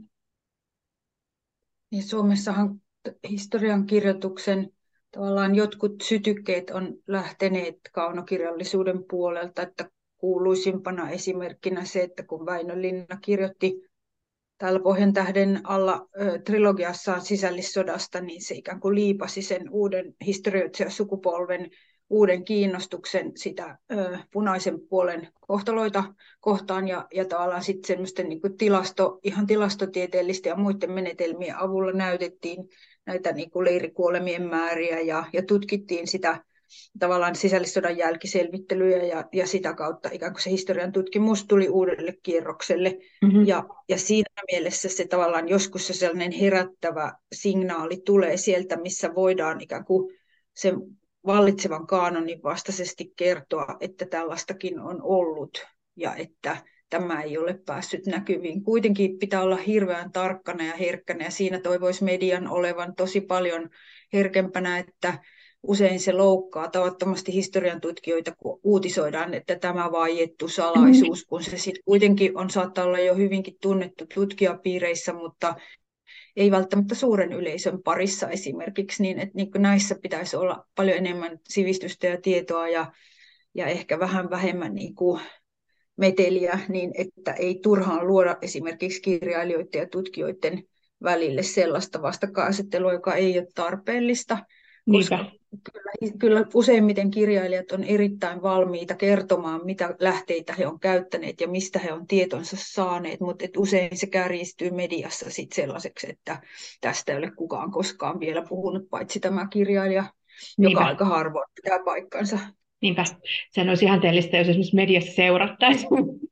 Niin Suomessahan historian kirjoituksen tavallaan jotkut sytykkeet on lähteneet kaunokirjallisuuden puolelta, että kuuluisimpana esimerkkinä se, että kun Väinö Linna kirjoitti täällä Pohjantähden alla trilogiassaan sisällissodasta, niin se ikään kuin liipasi sen uuden historioitsijasukupolven uuden kiinnostuksen sitä punaisen puolen kohtaloita kohtaan ja tavallaan sitten semmoisten niin kuin ihan tilastotieteellisten ja muiden menetelmien avulla näytettiin näitä niin kuin leirikuolemien määriä ja tutkittiin sitä tavallaan sisällissodan jälkiselvittelyjä ja sitä kautta ikään kuin se historian tutkimus tuli uudelle kierrokselle. Mm-hmm. Ja siinä mielessä se tavallaan joskus se sellainen herättävä signaali tulee sieltä, missä voidaan ikään kuin sen vallitsevan kaanonin vastaisesti kertoa, että tällaistakin on ollut ja että tämä ei ole päässyt näkyviin. Kuitenkin pitää olla hirveän tarkkana ja herkkänä ja siinä toivoisi median olevan tosi paljon herkempänä, että usein se loukkaa tavattomasti historian tutkijoita, kun uutisoidaan, että tämä vaiettu salaisuus, kun se sitten kuitenkin saattaa olla jo hyvinkin tunnettu tutkijapiireissä, mutta ei välttämättä suuren yleisön parissa esimerkiksi, niin että niin näissä pitäisi olla paljon enemmän sivistystä ja tietoa ja ehkä vähän vähemmän niin kuin meteliä, niin että ei turhaan luoda esimerkiksi kirjailijoiden ja tutkijoiden välille sellaista vastakkainasettelua, joka ei ole tarpeellista, koska kyllä useimmiten kirjailijat on erittäin valmiita kertomaan, mitä lähteitä he on käyttäneet ja mistä he on tietonsa saaneet, mutta usein se kärjistyy mediassa sit sellaiseksi, että tästä ei ole kukaan koskaan vielä puhunut, paitsi tämä kirjailija, joka aika harvoin pitää paikkansa. Niinpä. Sehän olisi ihanteellista, jos esimerkiksi mediassa seurattaisiin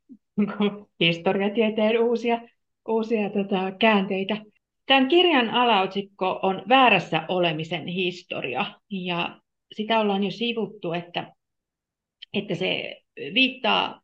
historiatieteen uusia käänteitä. Tämän kirjan alaotsikko on Väärässä olemisen historia, ja sitä ollaan jo sivuttu, että se viittaa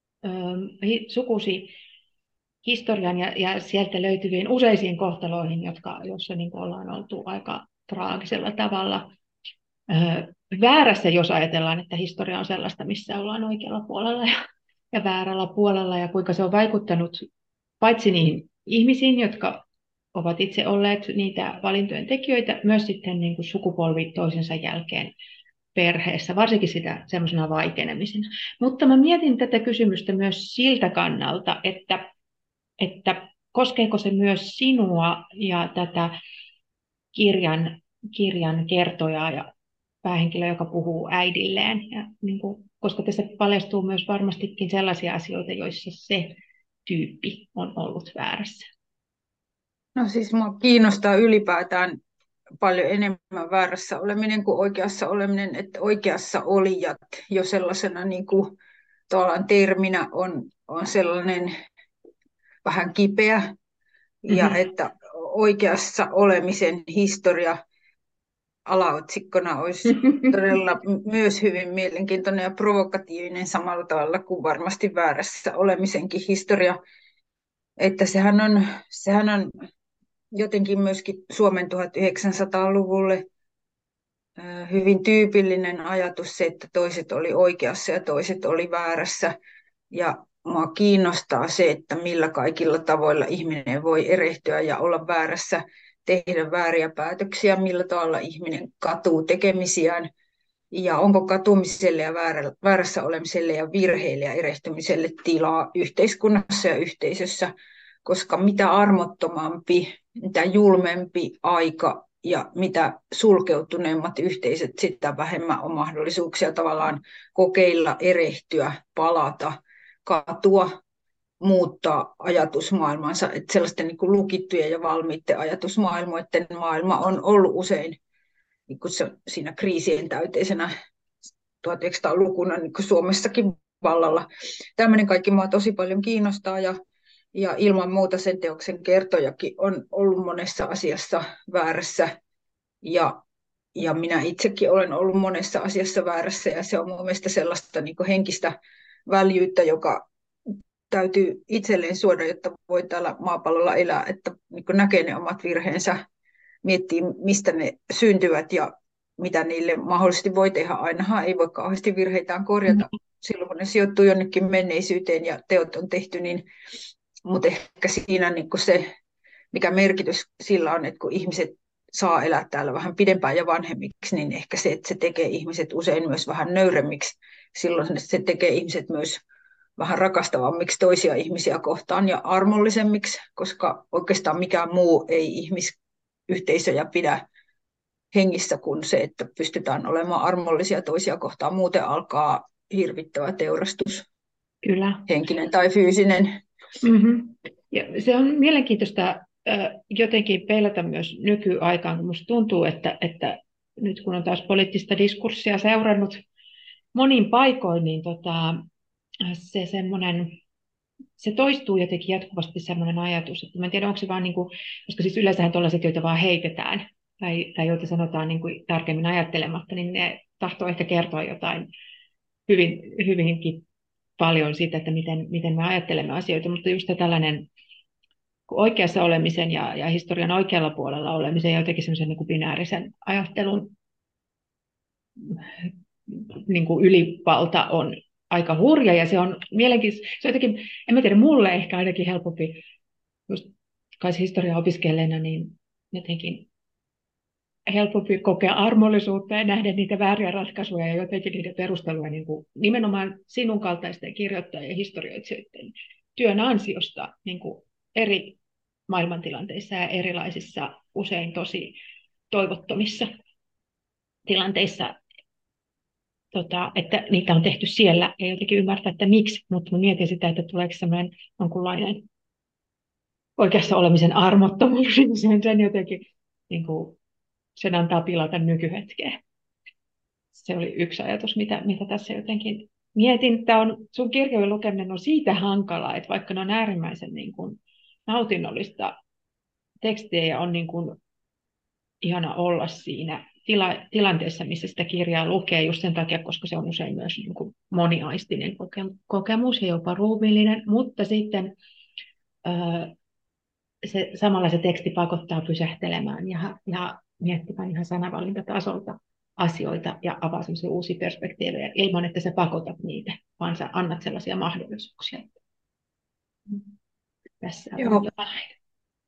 sukusi historian ja sieltä löytyviin useisiin kohtaloihin, joissa niin ollaan oltu aika traagisella tavalla väärässä, jos ajatellaan, että historia on sellaista, missä ollaan oikealla puolella ja väärällä puolella, ja kuinka se on vaikuttanut paitsi niihin ihmisiin, jotka ovat itse olleet niitä valintojen tekijöitä, myös sitten niin kuin sukupolvi toisensa jälkeen perheessä, varsinkin sitä semmoisena vaikenemisena. Mutta mä mietin tätä kysymystä myös siltä kannalta, että koskeeko se myös sinua ja tätä kirjan kertojaa ja päähenkilö, joka puhuu äidilleen. Ja niin kuin, koska tässä paljastuu myös varmastikin sellaisia asioita, joissa se tyyppi on ollut väärässä. No siis minua kiinnostaa ylipäätään paljon enemmän väärässä oleminen kuin oikeassa oleminen, että oikeassa olijat jo sellaisena niin kuin, terminä on sellainen vähän kipeä ja Mhm. että oikeassa olemisen historia alaotsikkona olisi todella myös hyvin mielenkiintoinen ja provokatiivinen samalla tavalla kuin varmasti väärässä olemisenkin historia. Että sehän on jotenkin myöskin Suomen 1900-luvulle hyvin tyypillinen ajatus se, että toiset oli oikeassa ja toiset oli väärässä. Ja mua kiinnostaa se, että millä kaikilla tavoilla ihminen voi erehtyä ja olla väärässä, tehdä vääriä päätöksiä, millä tavalla ihminen katuu tekemisiään ja onko katumiselle ja väärässä olemiselle ja virheille ja erehtymiselle tilaa yhteiskunnassa ja yhteisössä, koska mitä armottomampi, mitä julmempi aika ja mitä sulkeutuneemmat yhteisöt, sitä vähemmän on mahdollisuuksia tavallaan kokeilla, erehtyä, palata, katua, muuttaa ajatusmaailmansa. Että sellaisten niin kuin lukittujen ja valmiitten ajatusmaailmoiden maailma on ollut usein niin kuin siinä kriisien täyteisenä 1900-lukuna niin kuin Suomessakin vallalla. Tämmöinen kaikki minua tosi paljon kiinnostaa ja ilman muuta sen teoksen kertojakin on ollut monessa asiassa väärässä ja minä itsekin olen ollut monessa asiassa väärässä ja se on mun mielestä sellaista niin kuin henkistä väljyyttä, joka täytyy itselleen suoda, jotta voi täällä maapallolla elää, että niin kuin näkee ne omat virheensä, miettii mistä ne syntyvät ja mitä niille mahdollisesti voi tehdä. Ainahan ei voi kauheasti virheitään korjata silloin, kun ne sijoittuu jonnekin menneisyyteen ja teot on tehty, mutta ehkä siinä niin kuin se, mikä merkitys sillä on, että kun ihmiset saa elää täällä vähän pidempään ja vanhemmiksi, niin ehkä se, että se tekee ihmiset usein myös vähän nöyremmiksi. Silloin se tekee ihmiset myös vähän rakastavammiksi toisia ihmisiä kohtaan ja armollisemmiksi, koska oikeastaan mikään muu ei ihmisyhteisöjä pidä hengissä kuin se, että pystytään olemaan armollisia toisia kohtaan. Muuten alkaa hirvittävä teurastus, Kyllä. henkinen tai fyysinen. Mm-hmm. Ja se on mielenkiintoista jotenkin peilata myös nykyaikaan, kun musta tuntuu, että nyt kun on taas poliittista diskurssia seurannut monin paikoin, niin se semmoinen, se toistuu jotenkin jatkuvasti semmoinen ajatus, että mä en tiedä, onko se vaan niin kuin, koska siis yleensähän tuollaiset, joita vaan heitetään, tai joita sanotaan niin kuin tarkemmin ajattelematta, niin ne tahtoo ehkä kertoa jotain hyvinkin paljon siitä, että miten me ajattelemme asioita, mutta just tällainen oikeassa olemisen ja historian oikealla puolella olemisen ja jotenkin semmoisen niin kuin binäärisen ajattelun niin kuin ylivalta on aika hurja ja se on mielenkiintoista. Se on jotenkin, en mä tiedä, mulle ehkä ainakin helpompi, just kai historiaa opiskelleena, niin jotenkin helpompi kokea armollisuutta ja nähdä niitä vääriä ratkaisuja ja jotenkin niiden perusteluja niin kuin nimenomaan sinun kaltaisten kirjoittajien ja historioitsijoiden työn ansiosta niin kuin eri maailmantilanteissa ja erilaisissa usein tosi toivottomissa tilanteissa, että niitä on tehty siellä ja jotenkin ymmärtää, että miksi, mutta mä mietin sitä, että tuleeko sellainen jonkunlainen oikeassa olemisen armottomuus, niin sen jotenkin niin kuin, sen antaa pilata nykyhetkeä. Se oli yksi ajatus, mitä tässä jotenkin mietin. Tämä on, sun kirjojen lukeminen on siitä hankalaa, että vaikka ne on äärimmäisen niin kuin, nautinnollista tekstiä ja on niin kuin, ihana olla siinä tilanteessa, missä sitä kirjaa lukee just sen takia, koska se on usein myös niin kuin moniaistinen kokemus ja jopa ruumiillinen, mutta sitten samalla se teksti pakottaa pysähtelemään ja miettimään ihan sanavalintatasolta asioita ja avaa sellaisia uusia perspektiivejä ilman, että sä pakotat niitä, vaan sä annat sellaisia mahdollisuuksia. Tässä on Joo. jotain.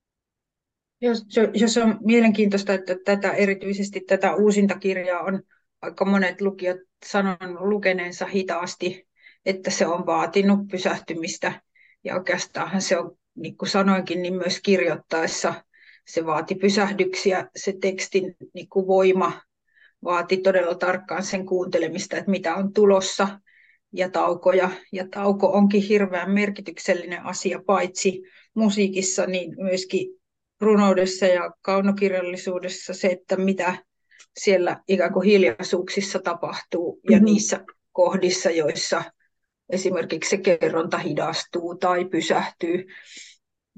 Jos on mielenkiintoista, että erityisesti tätä uusinta kirjaa on aika monet lukijat sanonut lukeneensa hitaasti, että se on vaatinut pysähtymistä. Ja oikeastaan se on, niin kuin sanoinkin, niin myös kirjoittaessa se vaati pysähdyksiä, se tekstin niin kuin voima vaati todella tarkkaan sen kuuntelemista, että mitä on tulossa ja taukoja. Ja tauko onkin hirveän merkityksellinen asia, paitsi musiikissa, niin myöskin runoudessa ja kaunokirjallisuudessa se, että mitä siellä ikään kuin hiljaisuuksissa tapahtuu ja niissä kohdissa, joissa esimerkiksi se kerronta hidastuu tai pysähtyy.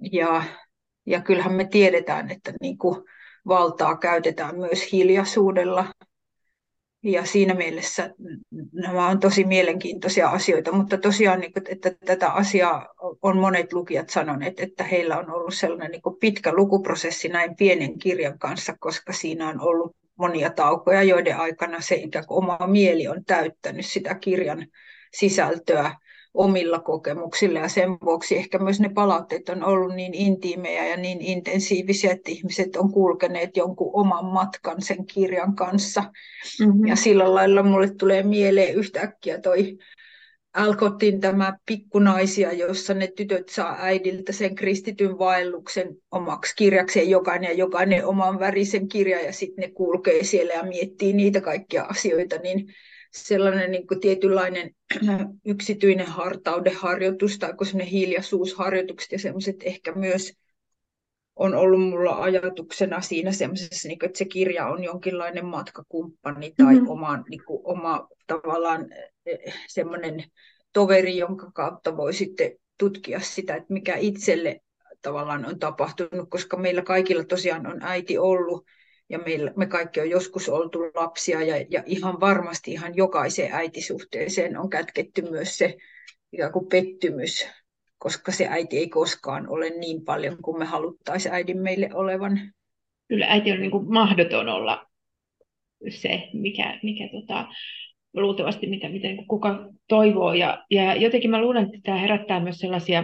Ja, ja kyllähän me tiedetään, että niin kuin valtaa käytetään myös hiljaisuudella. Ja siinä mielessä nämä on tosi mielenkiintoisia asioita, mutta tosiaan, niin kuin, että tätä asiaa on monet lukijat sanoneet, että heillä on ollut sellainen niin kuin pitkä lukuprosessi näin pienen kirjan kanssa, koska siinä on ollut monia taukoja, joiden aikana se ikään kuin oma mieli on täyttänyt sitä kirjan sisältöä omilla kokemuksilla, ja sen vuoksi ehkä myös ne palautteet on ollut niin intiimejä ja niin intensiivisiä, että ihmiset on kulkeneet jonkun oman matkan sen kirjan kanssa. Ja Mm-hmm. sillä lailla mulle tulee mieleen yhtäkkiä toi Alcottin tämä Pikkunaisia, jossa ne tytöt saa äidiltä sen kristityn vaelluksen omaksi kirjakseen, jokainen oman värisen kirja, ja sitten ne kulkee siellä ja miettii niitä kaikkia asioita, niin sellainen niin kuin tietynlainen yksityinen hartauden harjoitus tai hiljaisuusharjoitukset ja semmoiset ehkä myös on ollut mulla ajatuksena siinä semmoisessa, niin että se kirja on jonkinlainen matkakumppani tai Mm-hmm. oma tavallaan semmoinen toveri, jonka kautta voi sitten tutkia sitä, että mikä itselle tavallaan on tapahtunut, koska meillä kaikilla tosiaan on äiti ollut ja me kaikki on joskus oltu lapsia ja ihan varmasti ihan jokaiseen äitisuhteeseen on kätketty myös se ikään kuin pettymys, koska se äiti ei koskaan ole niin paljon kuin me haluttaisiin äidin meille olevan. Kyllä äiti on niin kuin mahdoton olla se, mikä luultavasti mitä niin kuka toivoo. Ja jotenkin mä luulen, että tämä herättää myös sellaisia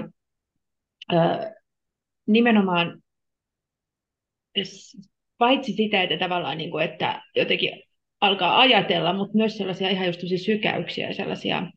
nimenomaan paitsi sitä, että tavallaan niin kuin, että jotenkin alkaa ajatella, mutta myös sellaisia ihan just sykäyksiä ja sellaisia,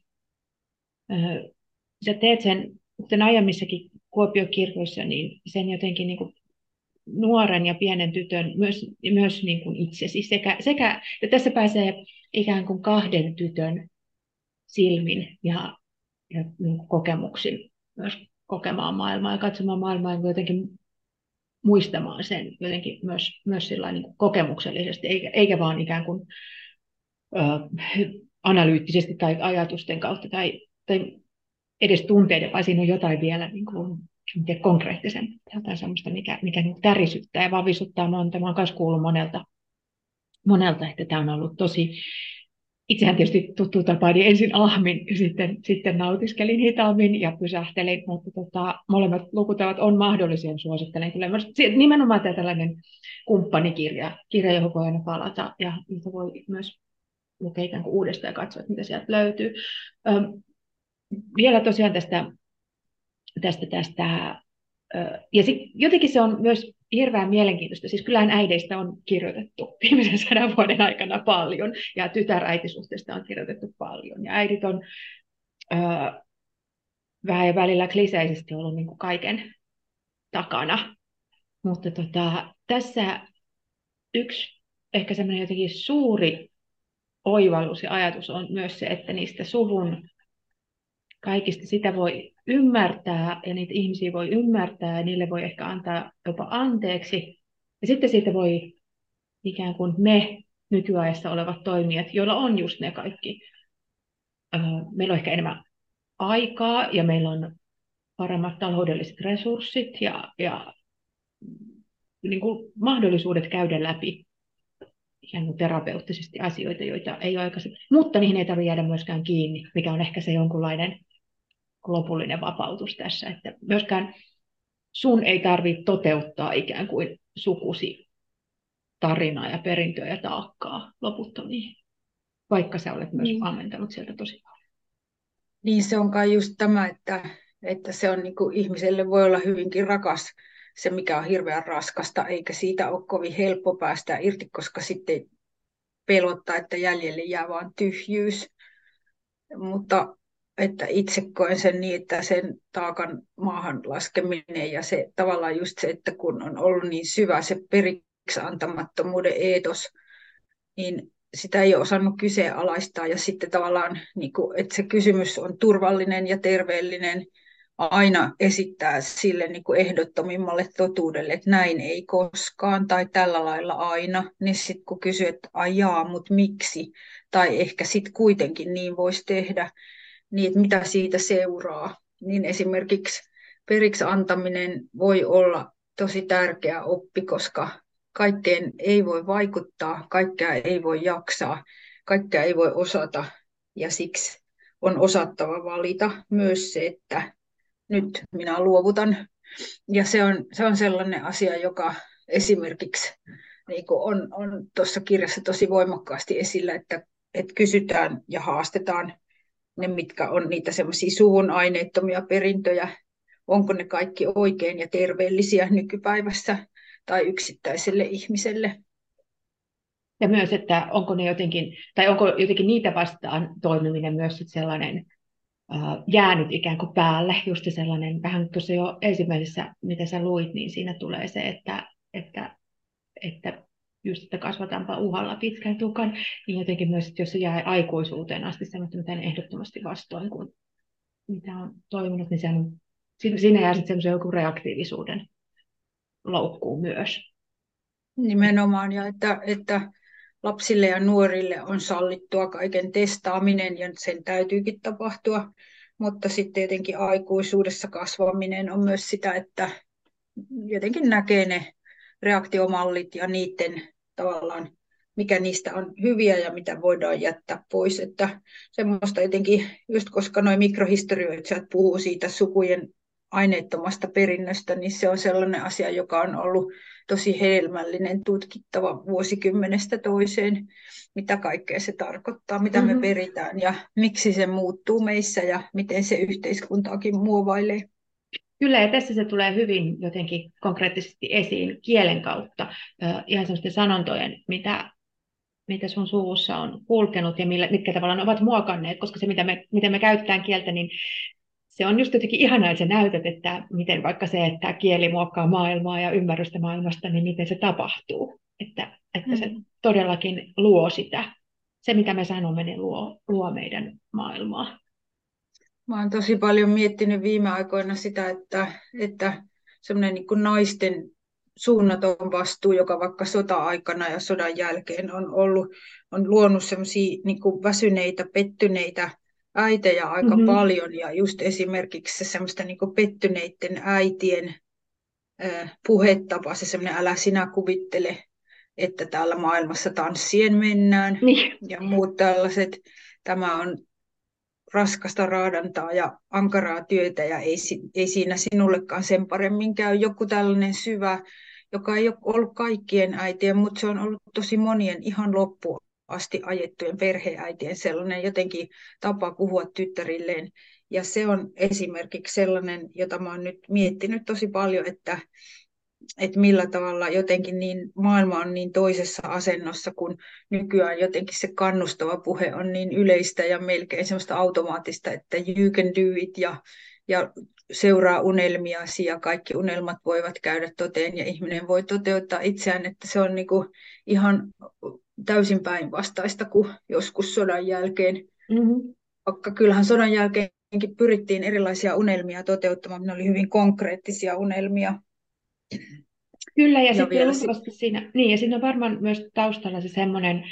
sä teet sen, kuten aiemmissakin Kuopiokirkoissa, niin sen jotenkin niin kuin nuoren ja pienen tytön, myös niin kuin itsesi. Ja tässä pääsee ikään kuin kahden tytön silmin ja niin kuin kokemuksin myös kokemaan maailmaa ja katsomaan maailmaa ja jotenkin muistamaan sen jotenkin myös sillä niin kuin kokemuksellisesti, eikä vaan ikään kuin analyyttisesti tai ajatusten kautta tai edes tunteiden, vaan siinä on jotain vielä niin kuin, konkreettisempaa, jotain sellaista, mikä niin tärisyttää ja vavisuuttaa monta. Mä oon myös kuullut monelta, että tämä on ollut tosi, itsehän tietysti tuttu tapa, niin ensin ahmin ja sitten nautiskelin hitaammin ja pysähtelin, mutta molemmat lukutavat on mahdollisia, suosittelen kyllä. Nimenomaan tämä tällainen kumppanikirja, johon voi aina palata ja niitä voi myös lukea ikään kuin uudestaan ja katsoa, että mitä sieltä löytyy. Vielä tosiaan tästä ja jotenkin se on myös hirveän mielenkiintoista. Siis kyllähän äideistä on kirjoitettu viimeisen 100 vuoden aikana paljon, ja tytär-äitisuhteista on kirjoitettu paljon. Ja äidit on vähän ja välillä kliseisesti ollut niin kuin kaiken takana. Mutta tässä yksi ehkä semmoinen jotenkin suuri oivallus ja ajatus on myös se, että niistä suvun kaikista sitä voi ymmärtää ja niitä ihmisiä voi ymmärtää ja niille voi ehkä antaa jopa anteeksi. Ja sitten siitä voi ikään kuin me nykyajassa olevat toimijat, joilla on just ne kaikki. Meillä on ehkä enemmän aikaa ja meillä on paremmat taloudelliset resurssit ja niin kuin mahdollisuudet käydä läpi ikään kuin terapeuttisesti asioita, joita ei ole aikaisemmin. Mutta niihin ei tarvitse jäädä myöskään kiinni, mikä on ehkä se jonkunlainen lopullinen vapautus tässä, että myöskään sun ei tarvitse toteuttaa ikään kuin sukusi tarinaa ja perintöä ja taakkaa loputtomiin, vaikka sä olet myös ammentanut sieltä tosi paljon. Niin se on kai just tämä, että se on niin kuin ihmiselle voi olla hyvinkin rakas se, mikä on hirveän raskasta, eikä siitä ole kovin helppo päästä irti, koska sitten pelottaa, että jäljelle jää vain tyhjyys. Mutta että itse koen sen niin, että sen taakan maahan laskeminen ja se tavallaan just se, että kun on ollut niin syvä se periksi antamattomuuden eetos, niin sitä ei ole osannut kyseenalaistaa ja sitten tavallaan, niin kuin, että se kysymys on turvallinen ja terveellinen aina esittää sille niin kuin ehdottomimmalle totuudelle, että näin ei koskaan tai tällä lailla aina, niin sitten kun kysyy, että ajaa, mutta miksi, tai ehkä sitten kuitenkin niin voisi tehdä, niin että mitä siitä seuraa, niin esimerkiksi periksi antaminen voi olla tosi tärkeä oppi, koska kaikkeen ei voi vaikuttaa, kaikkea ei voi jaksaa, kaikkea ei voi osata ja siksi on osattava valita myös se, että nyt minä luovutan. Ja se on sellainen asia, joka esimerkiksi niin kuin on tuossa kirjassa tosi voimakkaasti esillä, että kysytään ja haastetaan ne, mitkä on niitä semmoisia suvun aineettomia perintöjä, onko ne kaikki oikein ja terveellisiä nykypäivässä tai yksittäiselle ihmiselle. Ja myös, että onko ne jotenkin, tai onko jotenkin niitä vastaan toimiminen myös sit sellainen jäänyt ikään kuin päälle, just sellainen, vähän tuossa jo ensimmäisessä, mitä sä luit, niin siinä tulee se, että just, että kasvataanpa uhalla pitkän tukan, niin jotenkin myös, että jos se jää aikuisuuteen asti semmoista, mitä ehdottomasti vastoin kuin mitä on toiminut, niin siinä jää sitten semmoisen joku reaktiivisuuden loukkuun myös. Nimenomaan, ja että lapsille ja nuorille on sallittua kaiken testaaminen, ja sen täytyykin tapahtua, mutta sitten tietenkin aikuisuudessa kasvaminen on myös sitä, että jotenkin näkee ne reaktiomallit ja niiden tavallaan, mikä niistä on hyviä ja mitä voidaan jättää pois. Että semmoista jotenkin, just koska nuo mikrohistorioitsijat puhuu siitä sukujen aineettomasta perinnöstä, niin se on sellainen asia, joka on ollut tosi hedelmällinen tutkittava vuosikymmenestä toiseen, mitä kaikkea se tarkoittaa, mitä me peritään ja miksi se muuttuu meissä ja miten se yhteiskuntaakin muovailee. Kyllä, ja tässä se tulee hyvin jotenkin konkreettisesti esiin kielen kautta, ihan sellaisten sanontojen, mitä sun suvussa on kulkenut ja mitkä tavallaan ovat muokanneet, koska se, miten me käytetään kieltä, niin se on just jotenkin ihanaa, että sä näytät, että miten vaikka se, että kieli muokkaa maailmaa ja ymmärrystä maailmasta, niin miten se tapahtuu. Että se todellakin luo sitä. Se, mitä me sanomme, niin luo meidän maailmaa. Mä oon tosi paljon miettinyt viime aikoina sitä, että semmoinen niin kuin naisten suunnaton vastuu, joka vaikka sota-aikana ja sodan jälkeen on luonut semmoisia niin kuin väsyneitä, pettyneitä äitejä aika paljon. Ja just esimerkiksi se semmoista niin kuin pettyneiden äitien puhetapa, se semmoinen älä sinä kuvittele, että täällä maailmassa tanssien mennään Niin. ja muut tällaiset. Tämä on raskasta raadantaa ja ankaraa työtä ja ei siinä sinullekaan sen paremmin käy. Joku tällainen syvä, joka ei ole ollut kaikkien äitien, mutta se on ollut tosi monien ihan loppuun asti ajettujen perheäitien sellainen jotenkin tapa puhua tyttärilleen. Ja se on esimerkiksi sellainen, jota mä oon nyt miettinyt tosi paljon, että millä tavalla jotenkin niin maailma on niin toisessa asennossa, kun nykyään jotenkin se kannustava puhe on niin yleistä ja melkein semmoista automaattista, että you can do it ja seuraa unelmiasi ja kaikki unelmat voivat käydä toteen ja ihminen voi toteuttaa itseään, että se on niinku ihan täysin päinvastaista kuin joskus sodan jälkeen. Vaikka kyllähän sodan jälkeenkin pyrittiin erilaisia unelmia toteuttamaan, ne oli hyvin konkreettisia unelmia. Kyllä, ja sitten luultavasti siinä, niin, ja siinä on varmaan myös taustalla se semmoinen,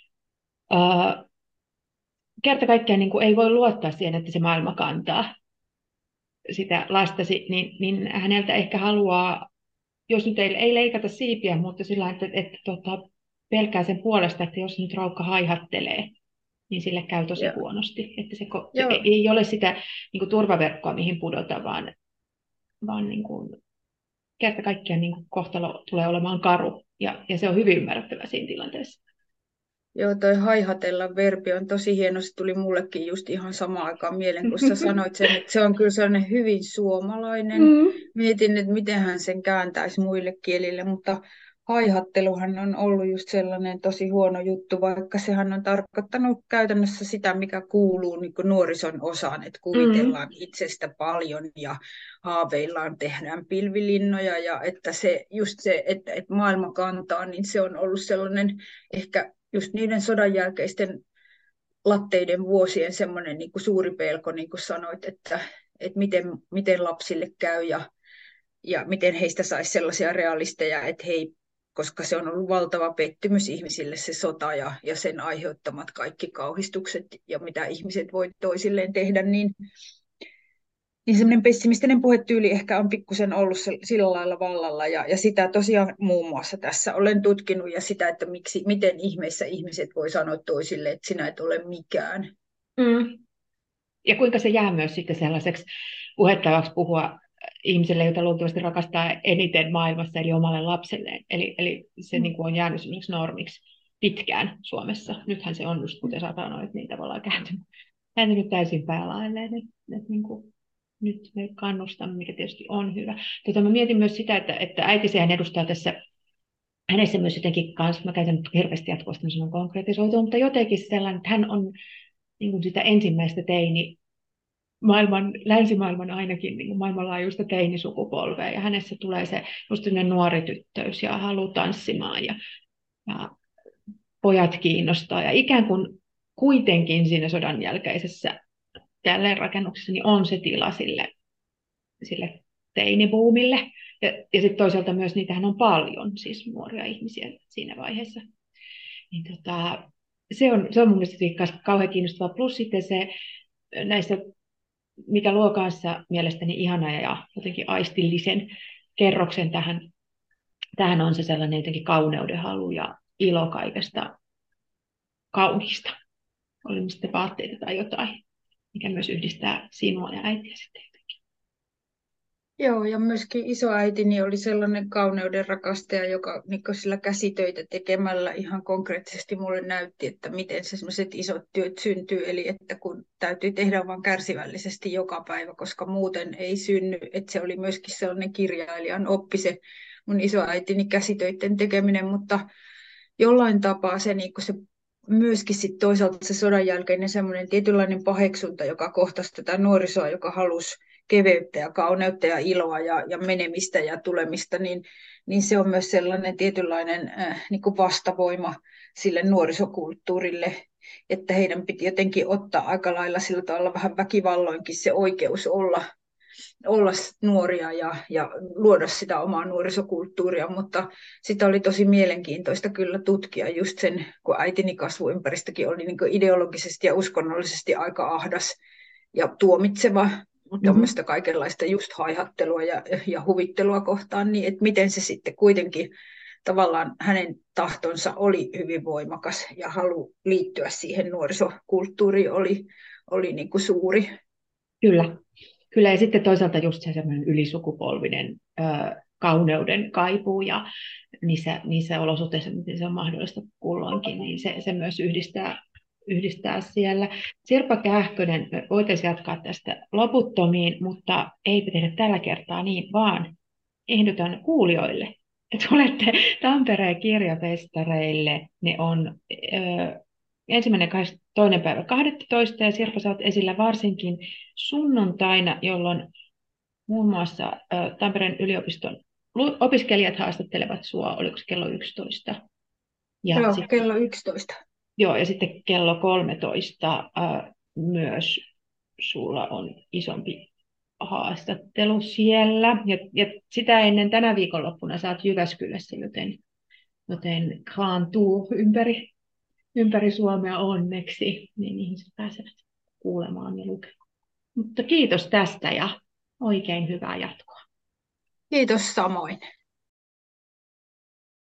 kerta kaikkiaan niin kuin ei voi luottaa siihen, että se maailma kantaa sitä lastasi, niin häneltä ehkä haluaa, jos nyt ei leikata siipiä, mutta sillä että pelkää sen puolesta, että jos nyt raukka haihattelee, niin sille käy tosi huonosti. Että se ei ole sitä niin kuin turvaverkkoa, mihin pudota, vaan niin kuin kerta kaikkiaan niin kohtalo tulee olemaan karu, ja se on hyvin ymmärrettävä siinä tilanteessa. Joo, toi haihatella verbi on tosi hieno. Se tuli mullekin just ihan samaan aikaan mieleen, kun sä sanoit sen, että se on kyllä sellainen hyvin suomalainen. Mietin, että miten hän sen kääntäisi muille kielille, mutta haihatteluhan on ollut just sellainen tosi huono juttu, vaikka sehän on tarkoittanut käytännössä sitä, mikä kuuluu niin kuin nuorison osaan, että kuvitellaan itsestä paljon ja haaveillaan, tehdään pilvilinnoja ja että se, just se, että maailma kantaa, niin se on ollut sellainen ehkä just niiden sodan jälkeisten latteiden vuosien semmoinen niin kuin suuri pelko, niin kuin sanoit, että miten lapsille käy ja miten heistä saisi sellaisia realisteja, että koska se on ollut valtava pettymys ihmisille se sota ja sen aiheuttamat kaikki kauhistukset ja mitä ihmiset voi toisilleen tehdä, niin Niin semmoinen pessimistinen puhetyyli ehkä on pikkusen ollut sillä lailla vallalla, ja sitä tosiaan muun muassa tässä olen tutkinut, ja sitä, että miten ihmeessä ihmiset voi sanoa toisille, että sinä et ole mikään. Mm. Ja kuinka se jää myös sitten sellaiseksi puhettavaksi puhua ihmiselle, jota luultavasti rakastaa eniten maailmassa, eli omalle lapselleen. Eli se niin kuin on jäänyt semmoiseksi normiksi pitkään Suomessa. Nythän se on just, kuten sä sanoit, niin tavallaan kääntynyt täysin päälailleen. Että niin kuin, nyt me kannustamme, mikä tietysti on hyvä. Mä mietin myös sitä, että äiti sehän edustaa tässä, hänessä myös jotenkin kanssa, mä käytän nyt hirveästi jatkuvasti sanon konkretisoitua, mutta jotenkin sellainen, että hän on niin kuin sitä ensimmäistä länsimaailman ainakin niin kuin maailmanlaajuista teinisukupolvea, ja hänessä tulee se just nuori tyttöys ja halu tanssimaan, ja pojat kiinnostaa, ja ikään kuin kuitenkin siinä sodan jälkeisessä jälleenrakennuksessa niin on se tila sille teinibuumille, ja sitten toisaalta myös niitähän on paljon, siis nuoria ihmisiä siinä vaiheessa. Niin se on mun mielestä kauhean kiinnostavaa, plus sitten se näissä mikä luo kanssa mielestäni ihana ja jotenkin aistillisen kerroksen tähän on se sellainen jotenkin kauneuden halu ja ilo kaikesta kauniista. Oli sitten vaatteita tai jotain, mikä myös yhdistää sinua ja äitiä sitten. Joo, ja myöskin isoäitini oli sellainen kauneuden rakastaja, joka niin sillä käsitöitä tekemällä ihan konkreettisesti mulle näytti, että miten se sellaiset isot työt syntyy, eli että kun täytyy tehdä vain kärsivällisesti joka päivä, koska muuten ei synny, että se oli myöskin sellainen kirjailijan oppi se mun isoäitini käsitöiden tekeminen, mutta jollain tapaa se, niin se myöskin sit toisaalta se sodan jälkeinen semmoinen tietynlainen paheksunta, joka kohtasi tätä nuorisoa, joka halusi keveyttä ja kauneutta ja iloa ja menemistä ja tulemista, niin se on myös sellainen tietynlainen niin kuin vastavoima sille nuorisokulttuurille, että heidän piti jotenkin ottaa aika lailla sillä tavalla vähän väkivalloinkin se oikeus olla nuoria ja luoda sitä omaa nuorisokulttuuria, mutta sitä oli tosi mielenkiintoista kyllä tutkia just sen, kun äitini kasvuympäristökin oli niin kuin ideologisesti ja uskonnollisesti aika ahdas ja tuomitseva, tämmöistä kaikenlaista just haihattelua ja huvittelua kohtaan, niin että miten se sitten kuitenkin tavallaan hänen tahtonsa oli hyvin voimakas ja halu liittyä siihen nuorisokulttuuriin oli niin kuin suuri. Kyllä. Kyllä, ja sitten toisaalta just se semmoinen ylisukupolvinen kauneuden kaipuu ja niissä olosuhteissa, miten se on mahdollista kulloinkin, niin se myös yhdistää siellä. Sirpa Kähkönen, voitaisiin jatkaa tästä loputtomiin, mutta eipä tehdä tällä kertaa niin, vaan ehdotan kuulijoille, että olette Tampereen kirjafestareille. Ne on 1.–2. päivä 12. ja Sirpa, sä oot esillä varsinkin sunnuntaina, jolloin muun muassa Tampereen yliopiston opiskelijat haastattelevat sua, oliko se kello 11? Ja Joo, sitten, kello 11. joo, ja sitten kello 13 myös sulla on isompi haastattelu siellä. Ja sitä ennen tänä viikonloppuna sä oot Jyväskylässä, joten Grand Tour ympäri Suomea onneksi, niin ihmiset pääsevät kuulemaan ja lukemaan. Mutta kiitos tästä ja oikein hyvää jatkoa. Kiitos samoin.